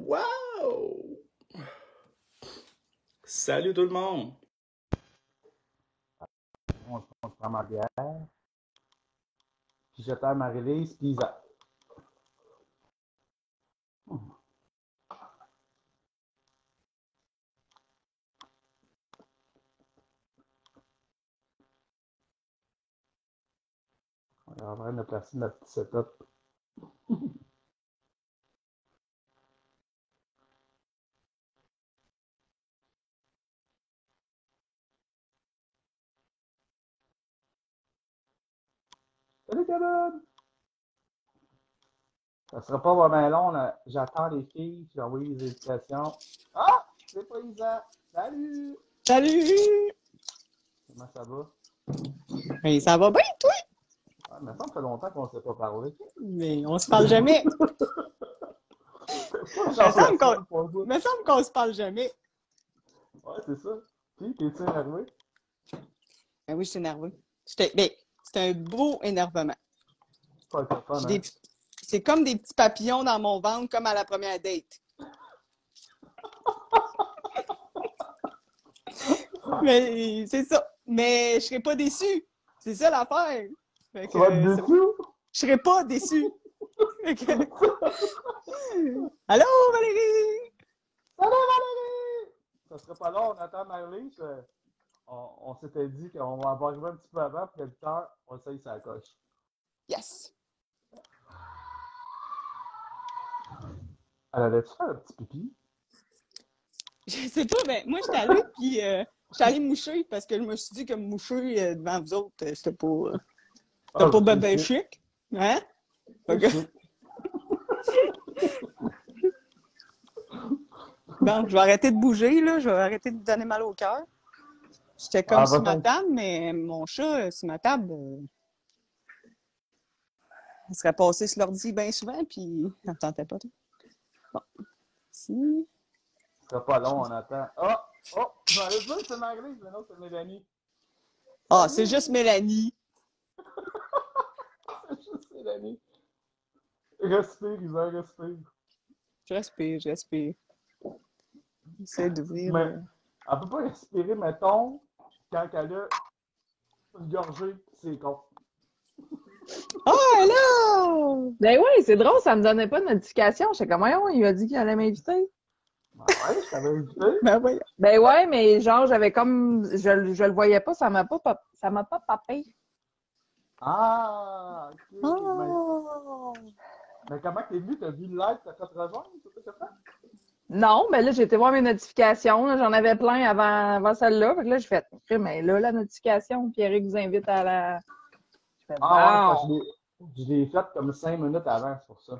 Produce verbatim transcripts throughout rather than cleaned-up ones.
Wow! Salut tout le monde! On, on se prend ma bière. Puis je perds ma release, puis ça. On est en train de placer notre petit setup. Salut Kevin! Ça sera pas vraiment long, là. J'attends les filles, puis j'envoie les invitations. Ah! C'est pas Isa! Salut! Salut! Comment ça va? Ben, ça va bien, toi? Ah, mais ça me fait longtemps qu'on ne s'est pas parlé. Mais on se parle jamais. C'est pas Me genre semble la qu'on semaine pour vous. me semble qu'on se parle jamais. Ouais, c'est ça. Puis, t'es-tu énervé? Ben oui, je suis énervée. J'étais- Ben, c'est un beau énervement. C'est pas le fun, J'ai hein? des- C'est comme des petits papillons dans mon ventre, comme à la première date. Mais c'est ça. Mais je serai pas déçue. C'est ça l'affaire. Fait Tu que, vas être c'est- déçu? Je serai pas déçue. Fait que- Allô, Valérie? Salut Valérie! Ça serait pas long, on attend Marley. je- On, on s'était dit qu'on va avoir arrivé un petit peu avant, puis à huit heures, on essaye sa coche. Yes. Elle allait-tu faire un petit pipi? Je sais pas, ben moi j'étais allée puis euh, j'étais allée moucher parce que je me suis dit que me moucher euh, devant vous autres, euh, c'était pas euh, c'était Ah, pas ben c'est ben chic. chic. Hein? Fait C'est que, chic. bon, je vais arrêter de bouger, là, je vais arrêter de donner mal au cœur. J'étais comme Ah, sur ma va-t'en. table, mais mon chat, euh, sur ma table, euh, il serait passé sur l'ordi bien souvent, puis il ne tentait pas. Tout. Bon, si. Ce sera pas long, on attend. Oh! Oh! Je m'en allais dire que c'est Marley, mais non, c'est Mélanie. Ah, Salut! c'est juste Mélanie. C'est juste Mélanie. Respire, Isa, respire. Je respire, je respire. J'essaie d'ouvrir Mais le... elle peut pas respirer, mettons, quand elle a une gorgée, c'est con. Oh, hello! Ben oui, c'est drôle, ça me donnait pas de notification. J'étais comme, voyons, il m'a dit qu'il allait m'inviter. Ben ouais, je t'avais invité. Ben voyons. Ben ouais, mais genre, j'avais comme, je, je le voyais pas, ça m'a pas, pop- ça m'a pas papé. Ah, ok. Mais, Oh! mais comment t'es venu? T'as vu le live, t'as fait rejoindre? C'est ça que t'as fait? Non, mais là, j'ai été voir mes notifications, là, j'en avais plein avant, avant celle-là. Fait que là, j'ai fait, OK, mais là, la notification, Pierrick vous invite à la... Je fais, Ah ouais, parce que bon. je l'ai- je l'ai fait comme cinq minutes avant, c'est pour ça.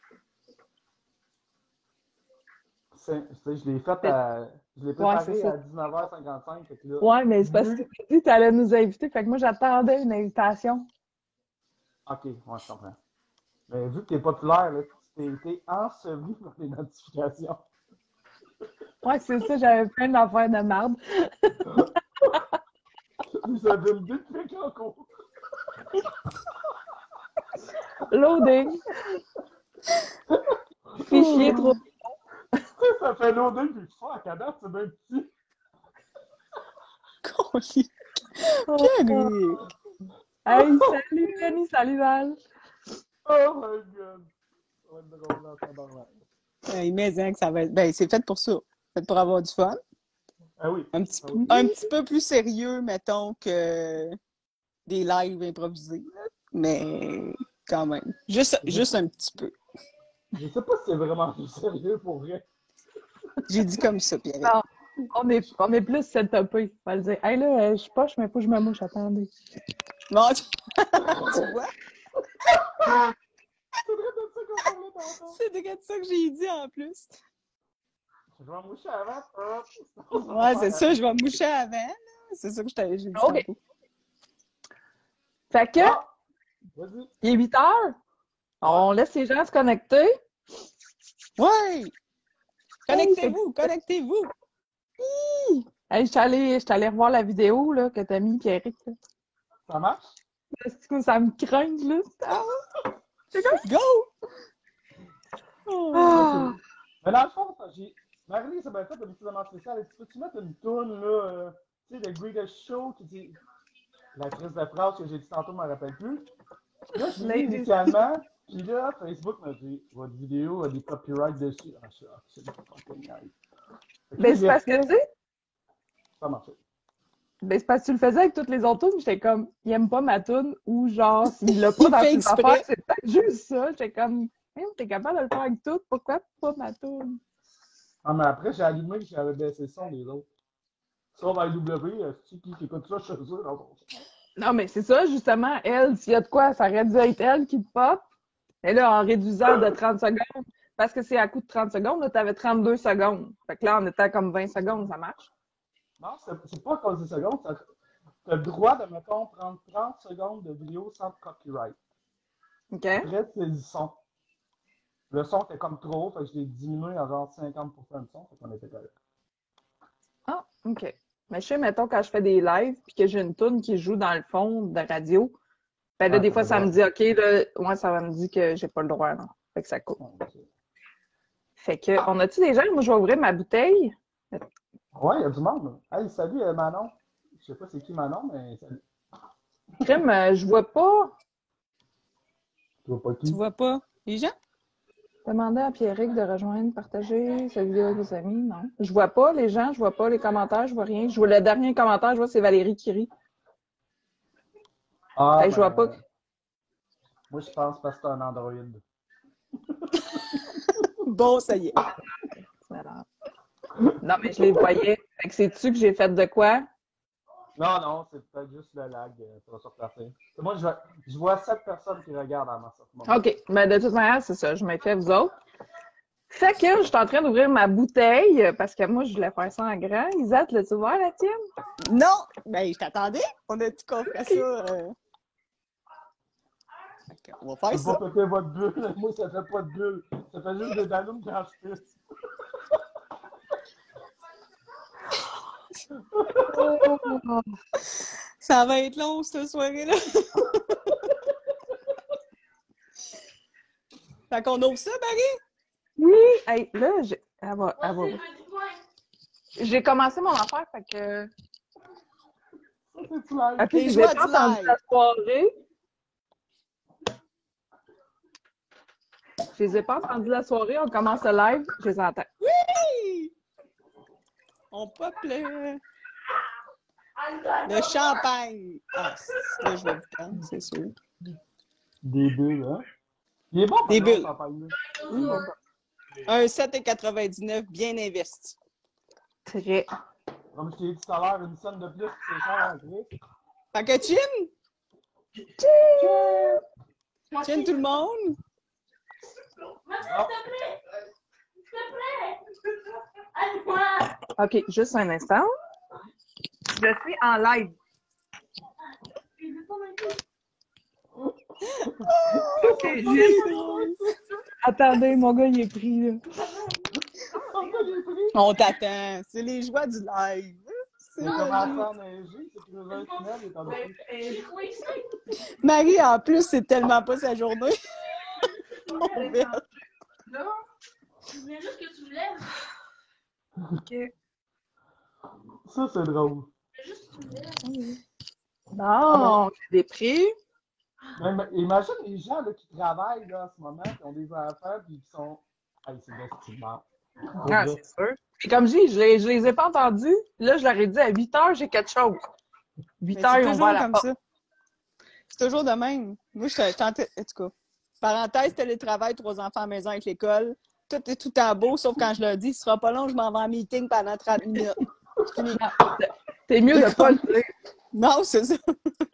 C'est- tu sais, je l'ai fait à. Je l'ai Ouais, c'est préparé ça. à dix-neuf heures cinquante-cinq, fait que là. Ouais, mais c'est parce que vu- tu dit que tu allais nous inviter. Fait que moi, j'attendais une invitation. Ok, ouais, je comprends. Mais vu que t'es populaire, là, tu t'es été enseveli par les notifications. Ouais, c'est ça, j'avais plein d'affaires de marde. Vous avez une déclic en cours. Loading. Fichier trop. Tu sais, ça fait loader puis fuck, à date, c'est bien petit. Colique. Oh, Pierrick! hey, salut Denis, salut Val. Oh my god. Ça va être drôle en tabarnak. Hey, mais hein, que ça va être... Ben, c'est fait pour ça. Fait pour avoir du fun. Ah oui. Un petit, Ah oui. un petit peu plus sérieux, mettons, que des lives improvisés. là. Mais quand même. Juste, juste un petit peu. Je sais pas si c'est vraiment sérieux pour vrai. J'ai dit comme ça, Pierrick. Non, on est, on est plus setupé. On va le dire. Hey là, euh, je suis poche, mais faut que je me mouche. Attendez. Bon, tu, tu vois? C'est vrai de ça qu'on parlait tantôt. C'est de ça que j'ai dit en plus. Je vais me moucher avant. Ouais, c'est ça, je vais me moucher avant. là. C'est ça que je t'avais j'ai dit Ok. tantôt. Fait que, Ah! Vas-y. il est huit heures. On laisse les gens se connecter. Ouais! Connectez-vous, connectez-vous! Hey, je suis allée, je suis allée revoir la vidéo là, que t'as mis, Pierrick. là. Ça marche? Est-ce que ça me craint, là? Ah! Go! Oh. Ah! Mais Mais dans le fond, ça, j'ai... Marie-Lise, ça m'a fait une petite demande spéciale. Elle dit, peux-tu mettre une toune, là, euh, tu sais, The Greatest Show, qui dit... La crise de phrase que j'ai dit tantôt, je ne me rappelle plus. Là, je l'ai dit initialement, puis là, Facebook m'a dit, votre vidéo a des copyrights dessus. Ah, je suis absolument fucking nice. Ben, c'est parce que, tu sais, ça a marché. ben, c'est parce que tu le faisais avec toutes les autres tunes, j'étais comme, il aime pas ma tune, ou genre, s'il l'a pas Il dans fait ses exprès. affaires, c'est peut-être juste ça. J'étais comme, hey, t'es capable de le faire avec tout, pourquoi pas ma tune? Ah, mais après, j'ai allumé que j'avais baissé le son des autres. Sur I W, euh, c'est qui qui écoute ça chez eux dans ton son? Non, mais c'est ça, justement, elle, s'il y a de quoi, ça aurait dû être elle qui te pop. Et là, en réduisant de trente secondes, parce que c'est à coup de trente secondes, là, t'avais trente-deux secondes. Fait que là, on était à comme vingt secondes, ça marche. Non, c'est, c'est pas à cause des secondes. Ça, t'as le droit de, mettons, prendre trente secondes de vidéo sans copyright. OK? Après, c'est du son. Le son était comme trop haut, fait que je l'ai diminué à genre cinquante pour cent de son, fait qu'on était correct. Ah, OK. Mais je sais, mettons, quand je fais des lives, puis que j'ai une toune qui joue dans le fond de radio, ben là, Ah, des t'as fois, le ça droit. me dit, OK, là, moi, ça va me dire que j'ai pas le droit, non. Fait que ça coupe. Ouais, ok. Fait que, on a-tu des gens? Moi, je vais ouvrir ma bouteille. Ouais, il y a du monde. Hey, salut euh, Manon. Je sais pas c'est qui Manon, mais salut. Crème, euh, je vois pas. Tu vois pas Tu qui? vois pas les gens? Demander à Pierrick de rejoindre, partager sa vidéo avec vos amis, non. Je vois pas les gens, je vois pas les commentaires, je vois rien. Je vois le dernier commentaire, je vois c'est Valérie qui rit. Ah, Fait que je vois ben, pas. moi je pense parce que c'est un Android. Bon, ça y est. Non, mais je les voyais. Fait que c'est-tu que j'ai fait de quoi? Non, non, c'est peut-être juste le lag, euh, ça va se replacer. Moi, je, je vois sept personnes qui regardent à ma sortie. OK. Ben, de toute manière, c'est ça. Je m'ai fait vous autres. Fait que je suis en train d'ouvrir ma bouteille parce que moi, je voulais faire ça en grand. Isette, l'as-tu ouvert la tienne? Non! Ben, je t'attendais. On a tout compris ça. Euh... Okay, on va faire Je ça. peux pas péter votre bulle. Moi, ça fait pas de bulle. Ça fait juste des ballons quand je pisse. Ça va être long, cette soirée-là. Fait qu'on ouvre ça, Marie? Oui! Hey, là, j'ai... Elle va, elle va. J'ai commencé mon affaire, fait que... Ça, c'est-tu live? Ah, puis, Les j'ai joies pas du entendu live. la soirée. Je les ai pas entendus la soirée. On commence le live. Je les entends. Oui! On pop le... le champagne. Ah, là, je vais vous prendre, c'est sûr. Des bulles, hein? Il est bon, Des par exemple, bulles. champagne, là. Mmh. Un sept virgule quatre-vingt-dix-neuf bien investi. Très. Comme je t'ai dit tout à l'heure, une scène de plus, c'est cher en gris. Fait que chin! Chin tout le monde! Ah, OK, juste un instant. Je suis en live. OK, juste... Attendez, mon gars, il est pris, là. On t'attend. C'est les joies du live. C'est il a commencé à neiger, c'est creusé un tunnel, il est en dessous. Marie, en plus, c'est tellement pas sa journée. On verra. Là, je voulais juste que tu me lèves. OK. Ça, c'est drôle. Je voulais juste que tu me lèves. Non, j'ai des prix. Mais, imagine les gens là, qui travaillent là, en ce moment, qui ont des enfants, puis qui sont. Hey, c'est l'estimant. Ah, c'est sûr. Et comme je dis, je les, je les ai pas entendus. Là, je leur ai dit à huit heures, j'ai quelque chose. huit Mais heures, c'est ils ont toujours ouvert la comme porte. ça. C'est toujours de même. Moi, je suis en tête. En tout cas, parenthèse, télétravail, trois enfants à la maison avec l'école. Tout est tout en beau, sauf quand je leur dis, ce sera pas long, je m'en vais en meeting pendant trente minutes. C'est fini. C'est mieux de pas le dire. Non, c'est ça.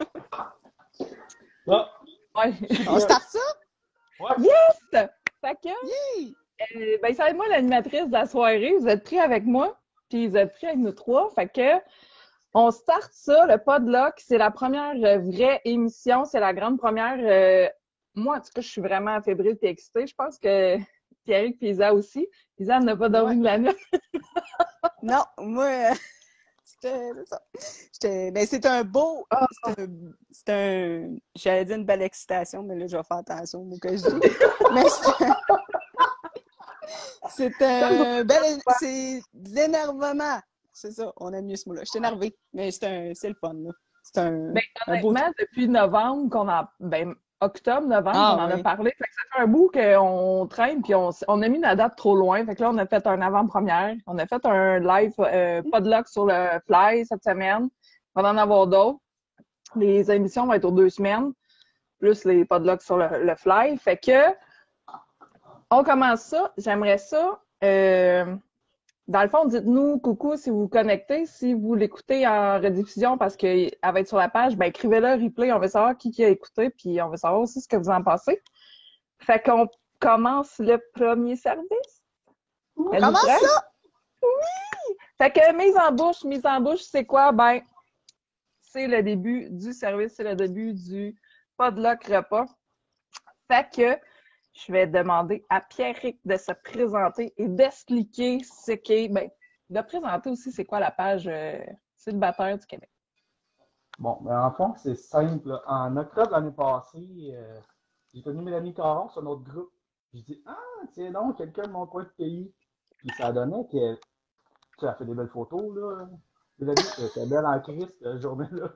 Ah, Ouais. On start ça? ouais. Yes! Fait que, Yeah! euh, ben, ça va être moi l'animatrice de la soirée. Vous êtes pris avec moi, puis vous êtes pris avec nous trois. Fait que, on start ça, le Podlock. C'est la première euh, vraie émission. C'est la grande première. Euh, moi, en tout cas, je suis vraiment fébrile et excitée. Je pense que Pierrick et Isa aussi. Isa n'a pas dormi Ouais. de la nuit. Non, moi, euh, c'était c'est ça. J'étais- ben, c'est un beau. Ah. C'est un, c'est un. J'allais dire une belle excitation, mais là, je vais faire attention au mot que je dis. Mais c'est un- C'est un bel... C'est de l'énervement. C'est ça, on aime mieux ce mot-là. Je suis énervée, mais c'est un... c'est le fun, là. C'est un, Ben, un beau honnêtement, truc. depuis novembre, qu'on a, ben, octobre, novembre, Ah, on en a oui. parlé. Fait que ça fait un bout qu'on traîne, puis on, s- on a mis la date trop loin. Fait que là, on a fait un avant-première. On a fait un live, euh, pas de luck sur le fly cette semaine. On va en avoir d'autres. Les émissions vont être aux deux semaines, plus les pas de luck sur le, le fly. Fait que, on commence ça. J'aimerais ça. Euh, Dans le fond, dites-nous coucou si vous vous connectez. Si vous l'écoutez en rediffusion parce qu'elle va être sur la page, ben écrivez-le replay. On veut savoir qui, qui a écouté, puis on veut savoir aussi ce que vous en pensez. Fait qu'on commence le premier service. Êtes-vous Comment prêts? ça? Fait que mise en bouche, mise en bouche, c'est quoi? Ben, c'est le début du service, c'est le début du podluck repas. Fait que je vais demander à Pierrick de se présenter et d'expliquer ce qu'est, ben, de présenter aussi c'est quoi la page euh, célibataire du Québec. Bon, mais en fond, c'est simple, là. En octobre l'année passée, euh, j'ai connu Mélanie Caron sur notre groupe. J'ai dit, ah, tiens donc, quelqu'un de mon coin de pays. Puis ça donnait qu'elle, tu sais, elle fait des belles photos, là. Mélanie, c'était belle en Christ, cette journée-là.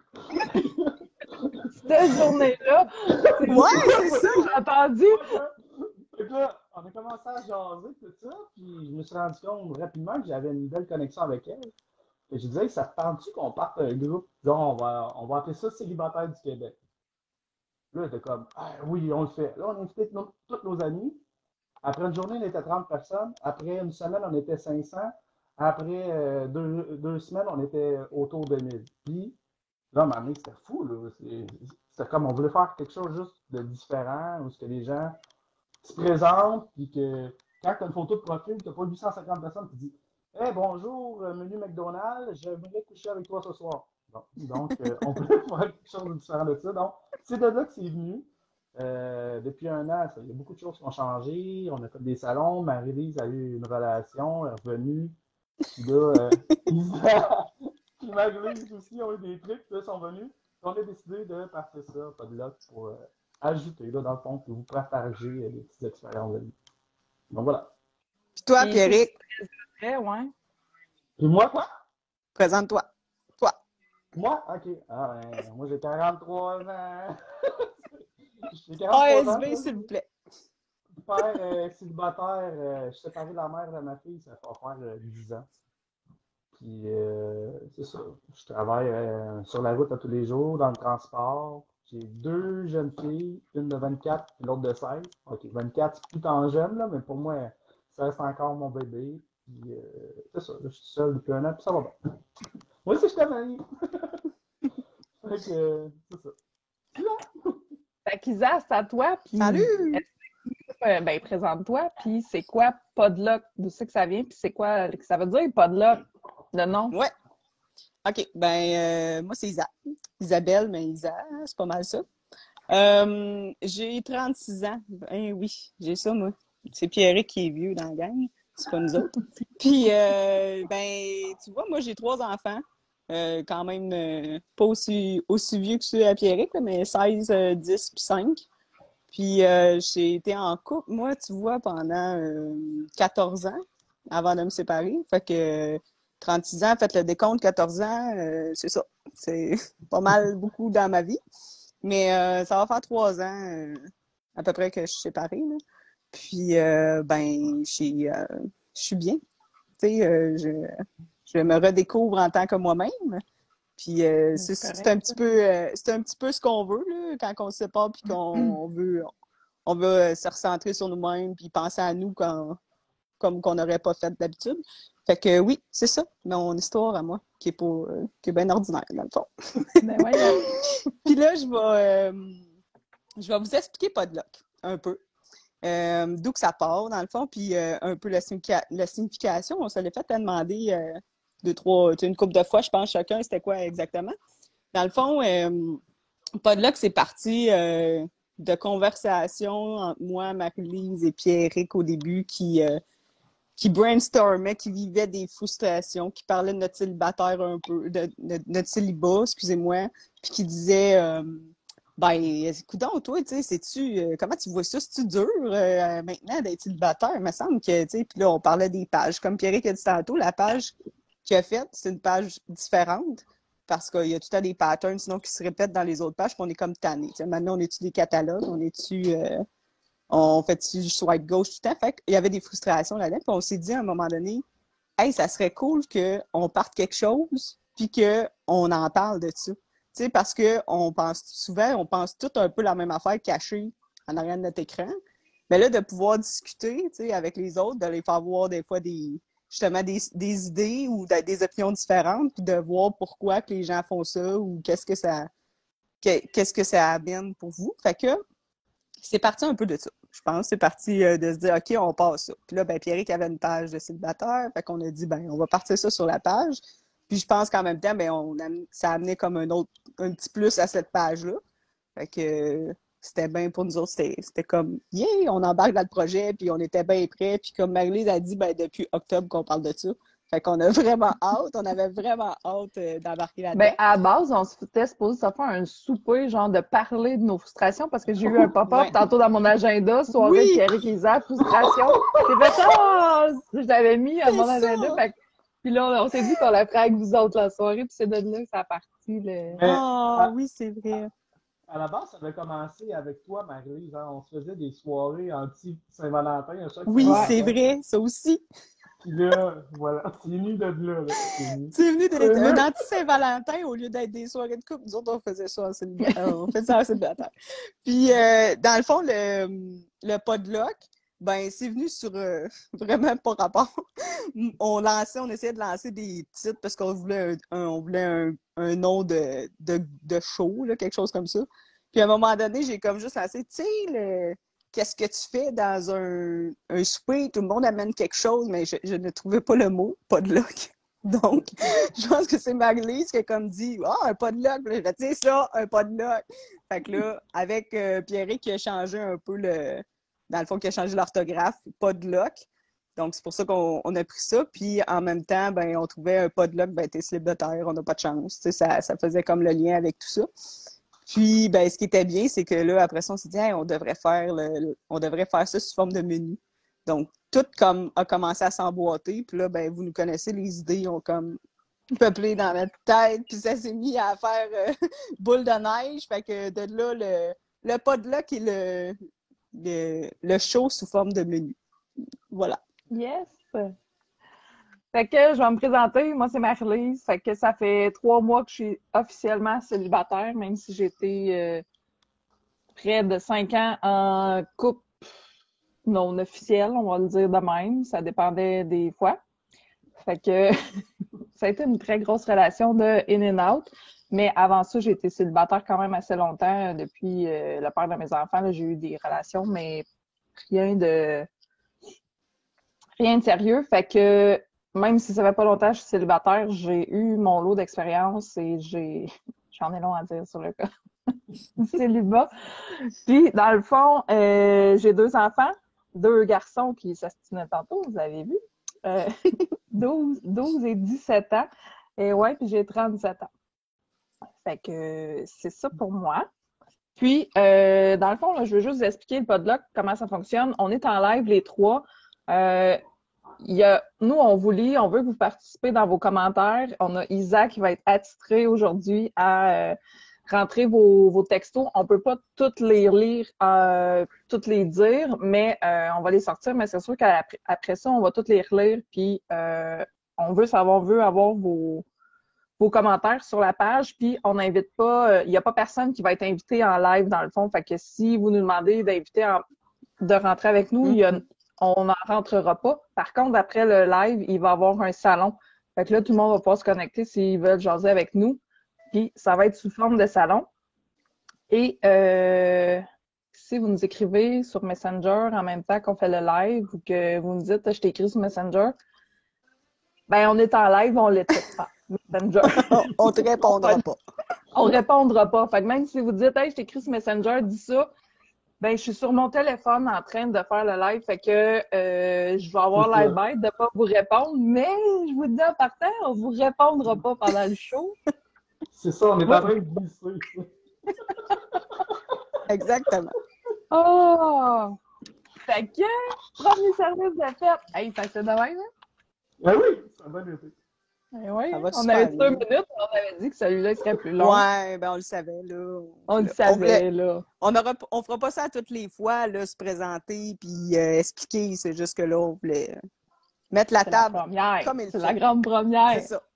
Cette journée-là, c'est Ouais, c'est ça! j'ai entendu. Fait que là, on a commencé à jaser, tout ça, puis je me suis rendu compte rapidement que j'avais une belle connexion avec elle. Et je disais, ça te tente-tu qu'on parte un groupe? Genre, on va, on va appeler ça Célibataire du Québec. Là, j'étais comme, ah, oui, on le fait. Là, on a invité nos- tous nos amis. Après une journée, on était trente personnes. Après une semaine, on était cinq cents. Après euh, deux, deux semaines, on était autour de mille. Puis, là, à un moment donné, c'était fou, là. C'est- C'était comme, on voulait faire quelque chose juste de différent, où ce que les gens se présentent, puis que quand tu as une photo de profil, tu n'as pas huit cent cinquante personnes qui disent Hey, bonjour, euh, menu McDonald's, j'aimerais coucher avec toi ce soir. Bon, donc, euh, on peut faire quelque chose de différent de ça. Donc, c'est de là que c'est venu. Euh, depuis un an, ça, il y a beaucoup de choses qui ont changé. On a fait des salons. Marie-Lise a eu une relation, elle est revenue. Puis là, euh, Isa et Marie-Lise aussi ont eu des trucs, puis là, sont venus. Puis on a décidé de partir ça, pas de là, pour euh, ajouter, là, dans le fond, pour vous partager euh, des petites expériences de vie. Donc voilà. Puis toi, Puis, Pierrick, c'est vrai, ouais. Puis moi, quoi? présente-toi. Toi. Moi? Ok. Ah, ben, moi, j'ai quarante-trois ans. J'ai quarante-trois ans. A S V, là. s'il vous plaît. Père euh, célibataire, euh, je suis séparé de la mère de ma fille, ça va faire euh, dix ans. Puis, euh, c'est ça. Je travaille euh, sur la route à tous les jours, dans le transport. J'ai deux jeunes filles, une de vingt-quatre et l'autre de seize. Ok, vingt-quatre, c'est plus en jeune, là, mais pour moi, ça reste encore mon bébé. Puis, euh, c'est ça. Là, je suis seul depuis un an, puis ça va bien. Moi aussi, je t'aime. Fait que, euh, c'est ça. Fait qu'Isa, c'est à toi. Puis, Salut! euh, ben, présente-toi. Puis, c'est quoi podluck? D'où c'est que ça vient? Puis, c'est quoi que ça veut dire podluck? Le nom? Ouais. OK. Ben, euh, moi, c'est Isa. Isabelle, mais Isa, c'est pas mal ça. Euh, j'ai trente-six ans. Ben oui, j'ai ça, moi. C'est Pierrick qui est vieux dans la gang. C'est pas nous autres. Puis, euh, ben, tu vois, moi, j'ai trois enfants. Euh, quand même euh, pas aussi, aussi vieux que ceux à Pierrick, là, mais seize, euh, dix puis cinq. Puis, euh, j'ai été en couple, moi, tu vois, pendant euh, quatorze ans, avant de me séparer. Fait que trente-six ans, faites le décompte, quatorze ans, euh, c'est ça. C'est pas mal beaucoup dans ma vie. Mais euh, ça va faire trois ans euh, à peu près que je suis séparée. Là. Puis, euh, ben, j'ai, euh, je suis bien. Tu sais, euh, je, je me redécouvre en tant que moi-même. Puis, euh, c'est, C'est c'est un petit peu, euh, c'est un petit peu ce qu'on veut là, quand on se sépare puis qu'on on veut, on veut euh, se recentrer sur nous-mêmes puis penser à nous quand, comme qu'on n'aurait pas fait d'habitude. Fait que oui, c'est ça, mon histoire à moi, qui est pas, euh, qui est bien ordinaire, dans le fond. Ben, voyons. Puis là, je vais, euh, je vais vous expliquer Podluck, un peu. Euh, d'où que ça part, dans le fond, puis euh, un peu la, significa- la signification. On se l'est fait à demander euh, deux, trois, une couple de fois, je pense, chacun, c'était quoi exactement. Dans le fond, euh, Podluck, c'est parti euh, de conversations entre moi, Marie-Lise et Pierrick au début qui... Euh, qui brainstormait, qui vivait des frustrations, qui parlait de notre célibataire un peu, de, de, de notre célibat, excusez-moi, puis qui disait, euh, Ben, écoute donc, toi, tu sais, c'est-tu, euh, comment tu vois ça? C'est-tu dur euh, maintenant d'être célibataire? Il me semble que, tu sais, puis là, on parlait des pages. Comme Pierrick a dit tantôt, la page qu'il a faite, c'est une page différente parce qu'il y a tout le temps des patterns, sinon, qui se répètent dans les autres pages, puis on est comme tanné. Tu sais, maintenant, on est-tu des catalogues? On est-tu, euh, on fait-tu swipe gauche tout le temps? Fait qu'il y avait des frustrations là-dedans, puis on s'est dit à un moment donné, hey, ça serait cool qu'on parte quelque chose, puis qu'on en parle de ça. Tu sais, parce que on pense souvent, on pense tout un peu la même affaire cachée en arrière de notre écran. Mais là, de pouvoir discuter, tu sais, avec les autres, de les faire voir des fois des, justement des, des idées ou de- des opinions différentes, puis de voir pourquoi que les gens font ça ou qu'est-ce que ça, que- qu'est-ce que ça amène pour vous. Fait que c'est parti un peu de ça. Je pense c'est parti euh, de se dire, OK, on passe ça. Puis là, ben, Pierrick avait une page de célibataire, fait qu'on a dit, ben, on va partir ça sur la page. Puis je pense qu'en même temps, ben, on a, ça a amené comme un autre, un petit plus à cette page-là. Fait que euh, c'était bien pour nous autres, c'était, c'était comme, yeah, on embarque dans le projet, puis on était bien prêts. Puis comme Marie-Lise a dit, ben, depuis octobre qu'on parle de ça. Fait qu'on a vraiment hâte, on avait vraiment hâte euh, d'embarquer là-dedans. Ben, à la base, on s'était supposé ça faire un souper, genre de parler de nos frustrations, parce que j'ai eu un pop-up Ouais. tantôt dans mon agenda, soirée Oui! Pierrick et Isaac, frustration. J'ai fait ça! Je l'avais mis à C'est mon ça! agenda. Fait que- puis là, on s'est dit qu'on la ferait avec vous autres la soirée, puis c'est de là que ça a parti. Le... Mais Ah à, oui, c'est vrai. à la base, ça avait commencé avec toi, Marie-Lise. Hein. On se faisait des soirées anti-Saint-Valentin à chaque Oui, Ouais. c'est Saint-Valentin. vrai, ça aussi. Puis là, voilà, c'est venu de là. là. C'est venu. C'est venu C'est d'être un venu. anti-Saint-Valentin au lieu d'être des soirées de couple. Nous autres, on faisait ça en célibataire. On faisait ça en célibataire. Puis, euh, dans le fond, le, le podlock, ben, c'est venu sur euh, vraiment pas rapport. On lançait, on essayait de lancer des titres parce qu'on voulait un, un- on voulait un, un nom de, de, de show, là, quelque chose comme ça. Puis, à un moment donné, j'ai comme juste lancé, tu sais, le qu'est-ce que tu fais dans un, un souper? Tout le monde amène quelque chose, mais je, je ne trouvais pas le mot, podlock. Donc, je pense que c'est Marie-Lise qui a comme dit « Ah, oh, un podlock! » Puis là, je dis « C'est ça, un podlock! » Fait que là, avec euh, Pierrick qui a changé un peu le... Dans le fond, qui a changé l'orthographe, podlock. Donc, c'est pour ça qu'on on a pris ça. Puis, en même temps, ben, on trouvait un podlock, ben, t'es célibataire, on n'a pas de chance. Tu sais, ça, ça faisait comme le lien avec tout ça. Puis, ben, ce qui était bien, c'est que là, après ça, on s'est dit, hey, on devrait faire le, le- on devrait faire ça sous forme de menu. Donc, tout comme a commencé à s'emboîter. Puis là, ben, vous nous connaissez, les idées ont comme peuplé dans notre tête. Puis ça s'est mis à faire euh, boule de neige. Fait que de là, le, le podlock est le, le, le show sous forme de menu. Voilà. Yes! Fait que je vais me présenter. Moi, c'est Marie-Lise. Fait que ça fait trois mois que je suis officiellement célibataire, même si j'étais euh, près de cinq ans en couple non officiel, on va le dire de même. Ça dépendait des fois. Fait que ça a été une très grosse relation de in and out. Mais avant ça, j'ai été célibataire quand même assez longtemps. Depuis euh, le père de mes enfants, là, j'ai eu des relations, mais rien de rien de sérieux. Fait que même si ça fait pas longtemps que je suis célibataire, j'ai eu mon lot d'expérience et j'ai j'en ai long à dire sur le cas du célibat. Puis, dans le fond, euh, j'ai deux enfants, deux garçons qui s'astinaient tantôt, vous avez vu. Euh, douze, douze et dix-sept ans. Et ouais, puis j'ai trente-sept ans. Fait que c'est ça pour moi. Puis, euh, dans le fond, là, je veux juste vous expliquer le podlock, comment ça fonctionne. On est en live les trois. Euh, il y a, nous, on vous lit, on veut que vous participez dans vos commentaires. On a Isa qui va être attitrée aujourd'hui à euh, rentrer vos, vos textos. On peut pas toutes les lire, euh, toutes les dire, mais euh, on va les sortir. Mais c'est sûr qu'après après ça, on va toutes les relire. Puis, euh, on veut savoir, on veut avoir vos, vos commentaires sur la page. Puis, on n'invite pas, il euh, n'y a pas personne qui va être invité en live dans le fond. Fait que si vous nous demandez d'inviter, en, de rentrer avec nous, il y a on n'en rentrera pas. Par contre, après le live, il va y avoir un salon. Fait que là, tout le monde va pouvoir se connecter s'ils veulent jaser avec nous. Puis, ça va être sous forme de salon. Et euh, si vous nous écrivez sur Messenger en même temps qu'on fait le live ou que vous nous dites « je t'ai écrit sur Messenger », ben on est en live, on l'écoute pas. Messenger. On te répondra pas. On répondra pas. Fait que même si vous dites « hey, je t'écris sur Messenger, dis ça », ben, je suis sur mon téléphone en train de faire le live, fait que euh, je vais avoir l'air bête de pas vous répondre, mais je vous dis en partant, on vous répondra pas pendant le show. C'est ça, on est en train de glisser. Exactement. Oh! Fait que, premier service de fête. Hey, ça c'est de même, hein? Ah oui, ça va bien été. Eh ouais, Ça hein? va On super avait dit deux bien. minutes, on avait dit que celui-là il serait plus long. Ouais, ben on le savait, là. On le Là, savait, on voulait- là. On aura, on fera pas ça toutes les fois, là, se présenter puis euh, expliquer. C'est juste que là, on voulait mettre la C'est la table première. comme il C'est faut. la grande première. C'est ça.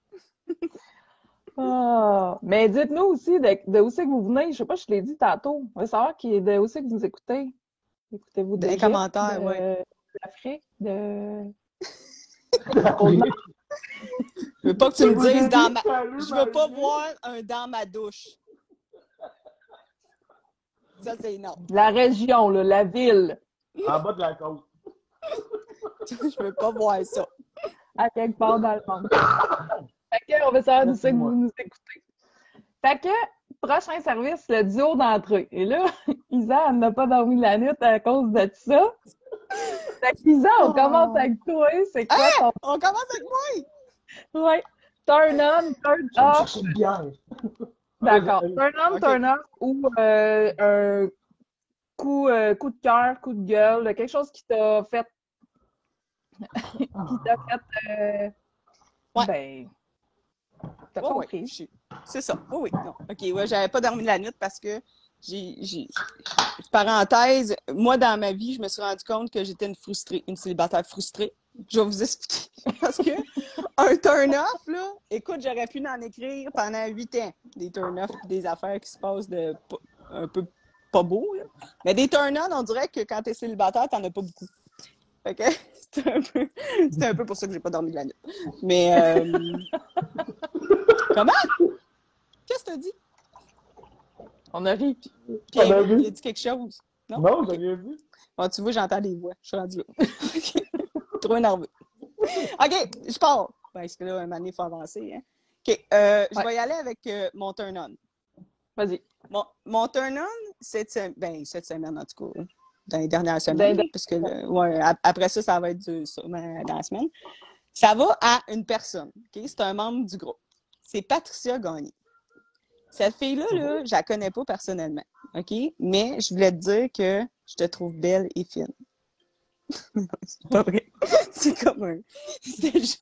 Ah. Mais dites-nous aussi de, de où c'est que vous venez. Je sais pas, je te l'ai dit tantôt. On veut savoir qui, de où c'est que vous écoutez. Écoutez-vous Dans les d'Égypte, commentaires, de, ouais. d'Afrique, de... Je veux pas que tu me Vous dises avez dans dit ma... salut, Je veux pas Marie. voir un dans ma douche. Ça, c'est énorme. La région, là, la ville, En bas de la côte. Je veux pas voir ça. à quelque part dans le monde. Fait que, on veut savoir d'où c'est que vous nous écoutez. Fait que, prochain service, le duo d'entrée. Et là, Isa, elle n'a pas dormi de la nuit à cause de ça. Fait que, Isa, on Oh. commence avec toi. C'est quoi Hein? On commence avec moi! ton... Ouais. Turn on, turn Je vais me off. chercher une bière. D'accord. Allez, Turn on, Ok. turn off ou euh, un coup, euh, coup de cœur, coup de gueule, quelque chose qui t'a fait... qui t'a fait... euh, Ouais. Ben... T'as Ouais, ouais, compris. je suis- C'est ça. Oui, oui. Non. OK, ouais, j'avais pas dormi de la nuit parce que j'ai, j'ai. Parenthèse, moi, dans ma vie, je me suis rendu compte que j'étais une frustrée, une célibataire frustrée. Je vais vous expliquer. Parce que un turn-off, là, écoute, j'aurais pu en écrire pendant huit ans. Des turn-off, des affaires qui se passent de pas- un peu pas beau, là. Mais des turn-on, on dirait que quand t'es célibataire, t'en as pas beaucoup. Fait que c'était un peu, c'était un peu pour ça que j'ai pas dormi de la nuit. Mais, euh... Comment? Qu'est-ce que t'as dit? On a ri. Pierre, On a vu. il a dit quelque chose? Non? Non, Ok. j'ai rien vu. Bon, tu vois, j'entends des voix. Je suis rendue là. Trop énervé. OK, je pars. Parce que là, un moment donné, il faut avancer. Hein? OK, euh, je Ouais. vais y aller avec euh, mon turn-on. Vas-y. Mon, mon turn-on, cette, sem- ben, cette semaine, en tout cas, dans les dernières Dans semaines, les- parce que le- ouais, ap- après ça, ça va être du- sûrement dans la semaine. Ça va à une personne. OK? C'est un membre du groupe. C'est Patricia Gagné. Cette fille-là, là, je la connais pas personnellement. OK? Mais je voulais te dire que je te trouve belle et fine. Non, c'est pas vrai. C'est comme un. C'était juste.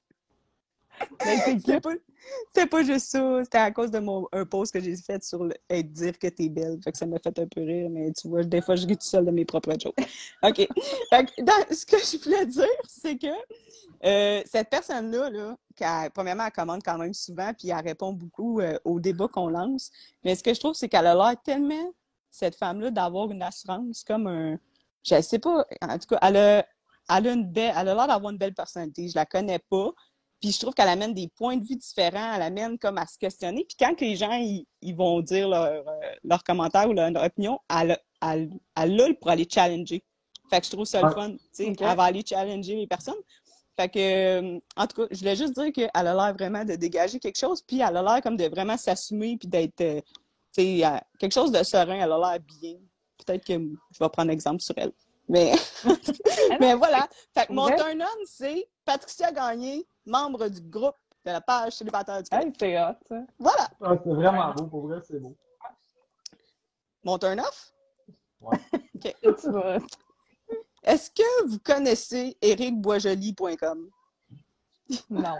Ben, c'est C'était cute. pas, c'était pas juste ça. C'était à cause de mon un post que j'ai fait sur le hey, dire que t'es belle. Fait que ça m'a fait un peu rire, mais tu vois, des fois, je ris tout seul de mes propres jokes. OK. Fait que dans, ce que je voulais dire, c'est que euh, cette personne-là, là, qu'elle- premièrement, elle commande quand même souvent, puis elle répond beaucoup euh, aux débats qu'on lance. Mais ce que je trouve, c'est qu'elle a l'air tellement, cette femme-là, d'avoir une assurance, comme un. Je sais pas, en tout cas, elle a, elle a une belle, elle a l'air d'avoir une belle personnalité. Je la connais pas. Puis je trouve qu'elle amène des points de vue différents, elle amène comme à se questionner. Puis quand que les gens ils, ils vont dire leur, euh, leurs commentaires ou leur, leur opinion, elle, elle, elle l'a pour aller challenger. Fait que je trouve ça le Ouais. fun. Tu sais, Ok. elle va aller challenger les personnes. Fait que, euh, en tout cas, je voulais juste dire qu'elle a l'air vraiment de dégager quelque chose, puis elle a l'air comme de vraiment s'assumer, puis d'être, euh, tu sais, euh, quelque chose de serein. Elle a l'air bien. Peut-être que je vais prendre exemple sur elle. Mais, Ah mais non, voilà. Fait que mon vrai? turn-on, c'est Patricia Gagné, membre du groupe de la page célibataire du Québec. Hey, c'est hot, ça. Voilà. Ah, c'est vraiment beau, pour vrai, c'est beau. Mon turn-off. Tu vas. Est-ce que vous connaissez eric boisjoli point com? Non.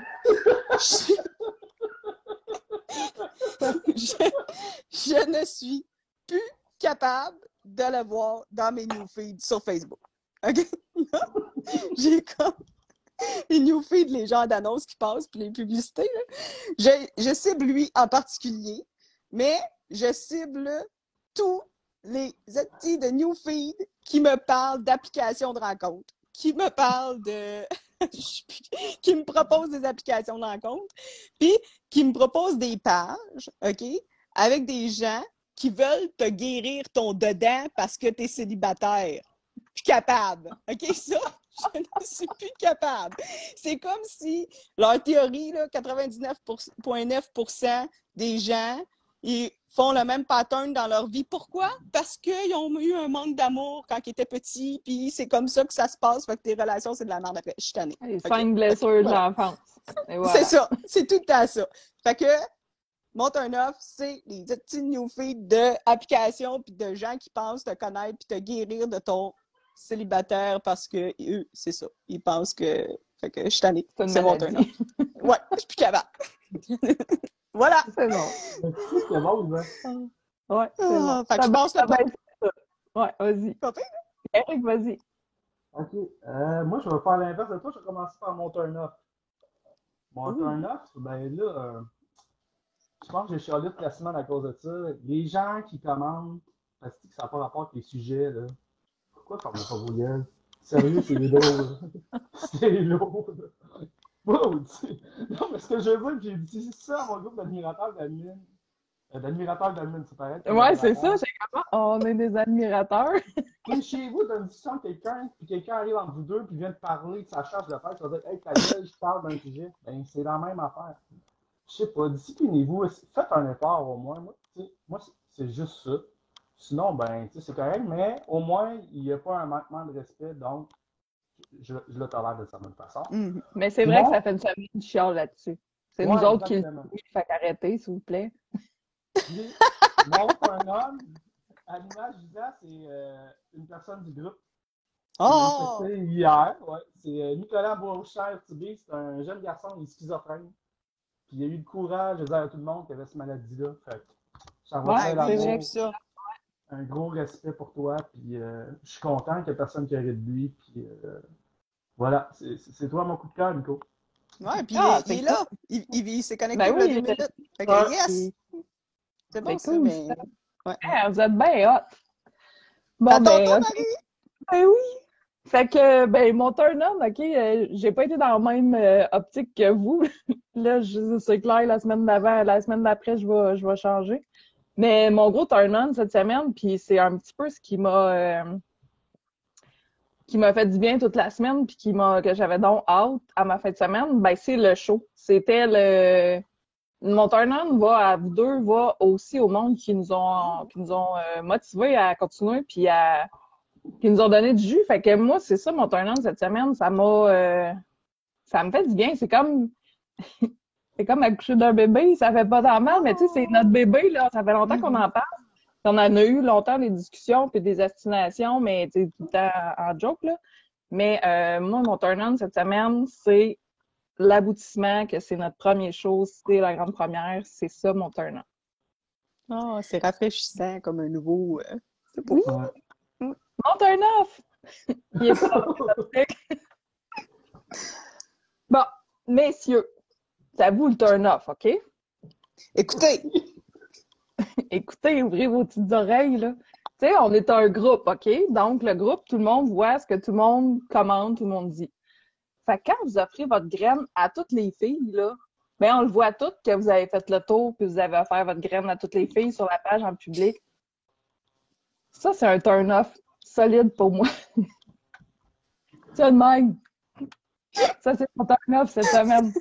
je, je ne suis plus capable de le voir dans mes new feeds sur Facebook. OK? J'ai comme les new feeds, les genres d'annonces qui passent, puis les publicités. Là. Je, je cible lui en particulier, mais je cible tous les outils de new feed qui me parlent d'applications de rencontres, qui me parlent de... qui me proposent des applications de rencontres, puis qui me proposent des pages, OK, avec des gens qui veulent te guérir ton dedans parce que tu es célibataire. Plus capable. OK, ça, je ne suis plus capable. C'est comme si leur théorie, là, quatre-vingt-dix-neuf virgule neuf pour cent des gens, ils font le même pattern dans leur vie. Pourquoi? Parce qu'ils ont eu un manque d'amour quand ils étaient petits, puis c'est comme ça que ça se passe, fait que tes relations, c'est de la merde après. Je suis tannée. Les OK? cinq blessures de Voilà. l'enfance. Et voilà. C'est ça. C'est tout le temps ça. Fait que mon turn-off, c'est les petites newfies d'applications puis de gens qui pensent te connaître puis te guérir de ton célibataire parce que eux, c'est ça. Ils pensent que. Fait que je suis tannée. C'est une C'est mon maladie. turn-off. Ouais, je suis plus capable. Voilà! C'est bon. C'est bon, hein? Ouais, c'est Ah, bon. fait que Ça je pense va- le ça va être ça. Ouais, vas-y. Pas pire. Eric, vas-y. Ok. Euh, moi, je vais faire l'inverse de toi. Je vais commencer par mon turn-off. Mon Ouh. turn-off, ben là, euh, je pense que j'ai chialé toute la semaine à cause de ça. Les gens qui commandent, parce que ça n'a pas rapport avec les sujets, là. Pourquoi ça va pas vos gueules? Sérieux, c'est lourd. C'est lourd. Wow, tu sais. Non, mais ce que je veux dire, j'ai dit ça à mon groupe d'admirateurs d'admin. Euh, d'admirateurs d'admin, c'est pareil. Ouais, c'est ça. J'ai comment on est des admirateurs. Et chez vous, dans une discussion avec quelqu'un, puis quelqu'un arrive entre vous deux, puis vient de parler de sa charge de faire, tu vas dire, hey, ta gueule, je parle d'un sujet. Ben, c'est la même affaire. Je sais pas, disciplinez-vous, faites un effort au moins. Moi, tu sais, moi c'est- c'est juste ça. Sinon, ben, tu sais, c'est correct, mais au moins, il n'y a pas un manquement de respect, donc je, je le tolère de certaine façon. Mhm. Mais c'est vrai Non. que ça fait une semaine de chiale là-dessus. C'est Ouais, nous autres qui le exactement. disons. Fait qu'arrêtez, s'il vous plaît. Puis, montre un homme, à l'image d'Isa, c'est euh, une personne du groupe. Oh! C'était hier, ouais. C'est euh, Nicolas Bourchère-Tibé, c'est un jeune garçon, il est schizophrène. Puis il a eu le courage de dire à tout le monde qu'il avait cette maladie-là. Fait que ça va Ouais, faire Ouais, c'est oui, l'amour. j'ai vrai. vu ça. Un gros respect pour toi, puis euh, je suis content qu'il n'y ait personne qui arrive de lui, puis euh, voilà, c'est c'est toi mon coup de cœur, Nico. Ouais, puis Ah, il, est- il c'est est là. Il, il, il s'est connecté Ben il y a oui, deux minutes. Fait que Ouais. yes! C'est bon, C'est ça, cool, mais. ça. Ouais. Hey, vous êtes bien hot. Bon, À ton ben, tour, ok. Marie! Ben oui. Fait que, ben, mon turn-on, OK, euh, j'ai pas été dans la même euh, optique que vous. Là, je- c'est clair, la semaine d'avant, la semaine d'après, je vais, je vais changer. Mais mon gros turn-on cette semaine, puis c'est un petit peu ce qui m'a euh, qui m'a fait du bien toute la semaine, puis qui m'a que j'avais donc hâte à ma fin de semaine, ben c'est le show. C'était le mon turn-on va à vous deux, va aussi au monde qui nous ont qui nous ont euh, motivés à continuer puis à qui nous ont donné du jus. Fait que moi, c'est ça mon turn-on cette semaine. Ça m'a euh, ça me fait du bien. C'est comme c'est comme accoucher d'un bébé, ça fait pas tant mal, mais tu sais, c'est notre bébé, là. Ça fait longtemps qu'on en parle. On en a eu longtemps des discussions puis des astinations, mais tu sais, tout le temps en joke, là. Mais euh, moi, mon turn-on cette semaine, c'est l'aboutissement, que c'est notre premier show, c'est la grande première. C'est ça, mon turn-on. Oh, c'est rafraîchissant comme un nouveau. euh, C'est beau. Oui, Ouais. mon turn-off! Il est pas dans ma tête. Bon, messieurs, c'est à vous le turn-off, OK? Écoutez, Écoutez, ouvrez vos petites oreilles, là. Tu sais, on est un groupe, OK? Donc, le groupe, tout le monde voit ce que tout le monde commande, tout le monde dit. Fait que quand vous offrez votre graine à toutes les filles, là, ben on le voit toutes que vous avez fait le tour puis vous avez offert votre graine à toutes les filles sur la page en public. Ça, c'est un turn-off solide pour moi. C'est le même. Ça, c'est mon turn-off cette semaine.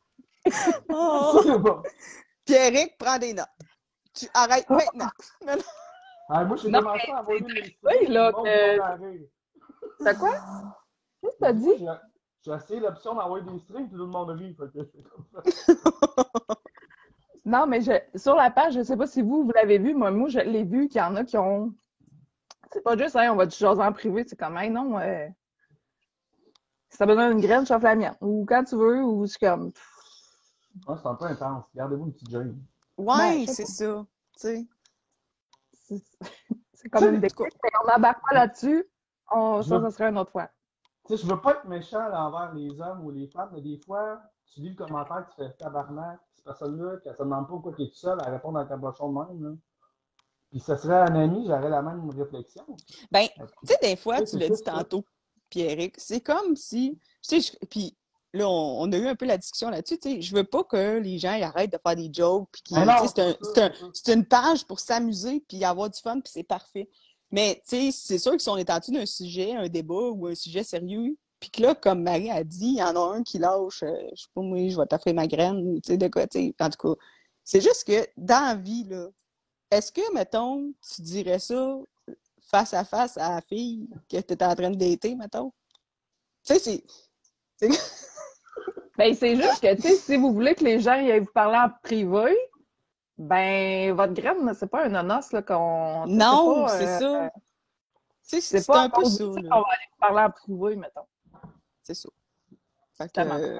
oh, C'est bon. Pierrick, prends des notes. Tu arrêtes maintenant. Ah, moi, j'ai Non, commencé à envoyer des oui, là, tout le monde que- va rire. T'as quoi? Qu'est-ce que t'as dit? J'ai j'ai essayé l'option d'envoyer des strings, tout le monde rit. Fait que c'est comme ça. Non, mais je, sur la page, je sais pas si vous, vous l'avez vu, moi, moi, je l'ai vu qu'il y en a qui ont. C'est pas juste, hein, on va te jaser en privé, c'est comme, hey, non, euh, si t'as besoin d'une graine, chauffe la mienne. Ou quand tu veux, ou je suis comme. Moi, c'est un peu intense. Gardez-vous une petite gêne. Ouais, Ben, je sais c'est ça. Tu sais. C'est c'est comme une découverte. On n'embarque pas là-dessus. On, ça, ça serait une autre fois. Tu sais, je veux pas être méchant là, envers les hommes ou les femmes, mais des fois, tu lis le commentaire, tu fais tabarnak, cette personne-là, qu'elle se demande pas pourquoi tu es tout seul à répondre à ta cabochon de même. Là. Puis ça serait un ami, j'aurais la même réflexion. Ben, tu sais, des fois, Ouais, tu c'est l'as ça, dit ça. tantôt, Pierrick, c'est comme si. Tu sais, je- puis là, on, on a eu un peu la discussion là-dessus. Tu sais, je veux pas que les gens ils arrêtent de faire des jokes. Puis qu'ils- Mais non, tu sais, c'est un- c'est ça, c'est un- c'est ça. c'est une page pour s'amuser puis avoir du fun, puis c'est parfait. Mais tu sais, c'est sûr que si on est en dessous d'un sujet, un débat ou un sujet sérieux, puis que là, comme Marie a dit, il y en a un qui lâche, euh, je sais pas moi, je vais t'offrir ma graine, ou tu sais, de quoi, tu sais, en tout cas. C'est juste que dans la vie, là, est-ce que, mettons, tu dirais ça face à face à la fille que tu étais en train de dater, mettons? Tu sais, c'est. c'est- Ben, c'est juste que, tu sais, si vous voulez que les gens y aillent vous parler en privé, Ben, votre graine, c'est pas un nonos, là, qu'on... tu sais, Non, c'est c'est pas, euh, ça. Tu sais, c'est c'est pas un peu qu'on ça, dit là. qu'on va aller parler en privé, mettons. C'est ça. Fait que, Tellement. euh,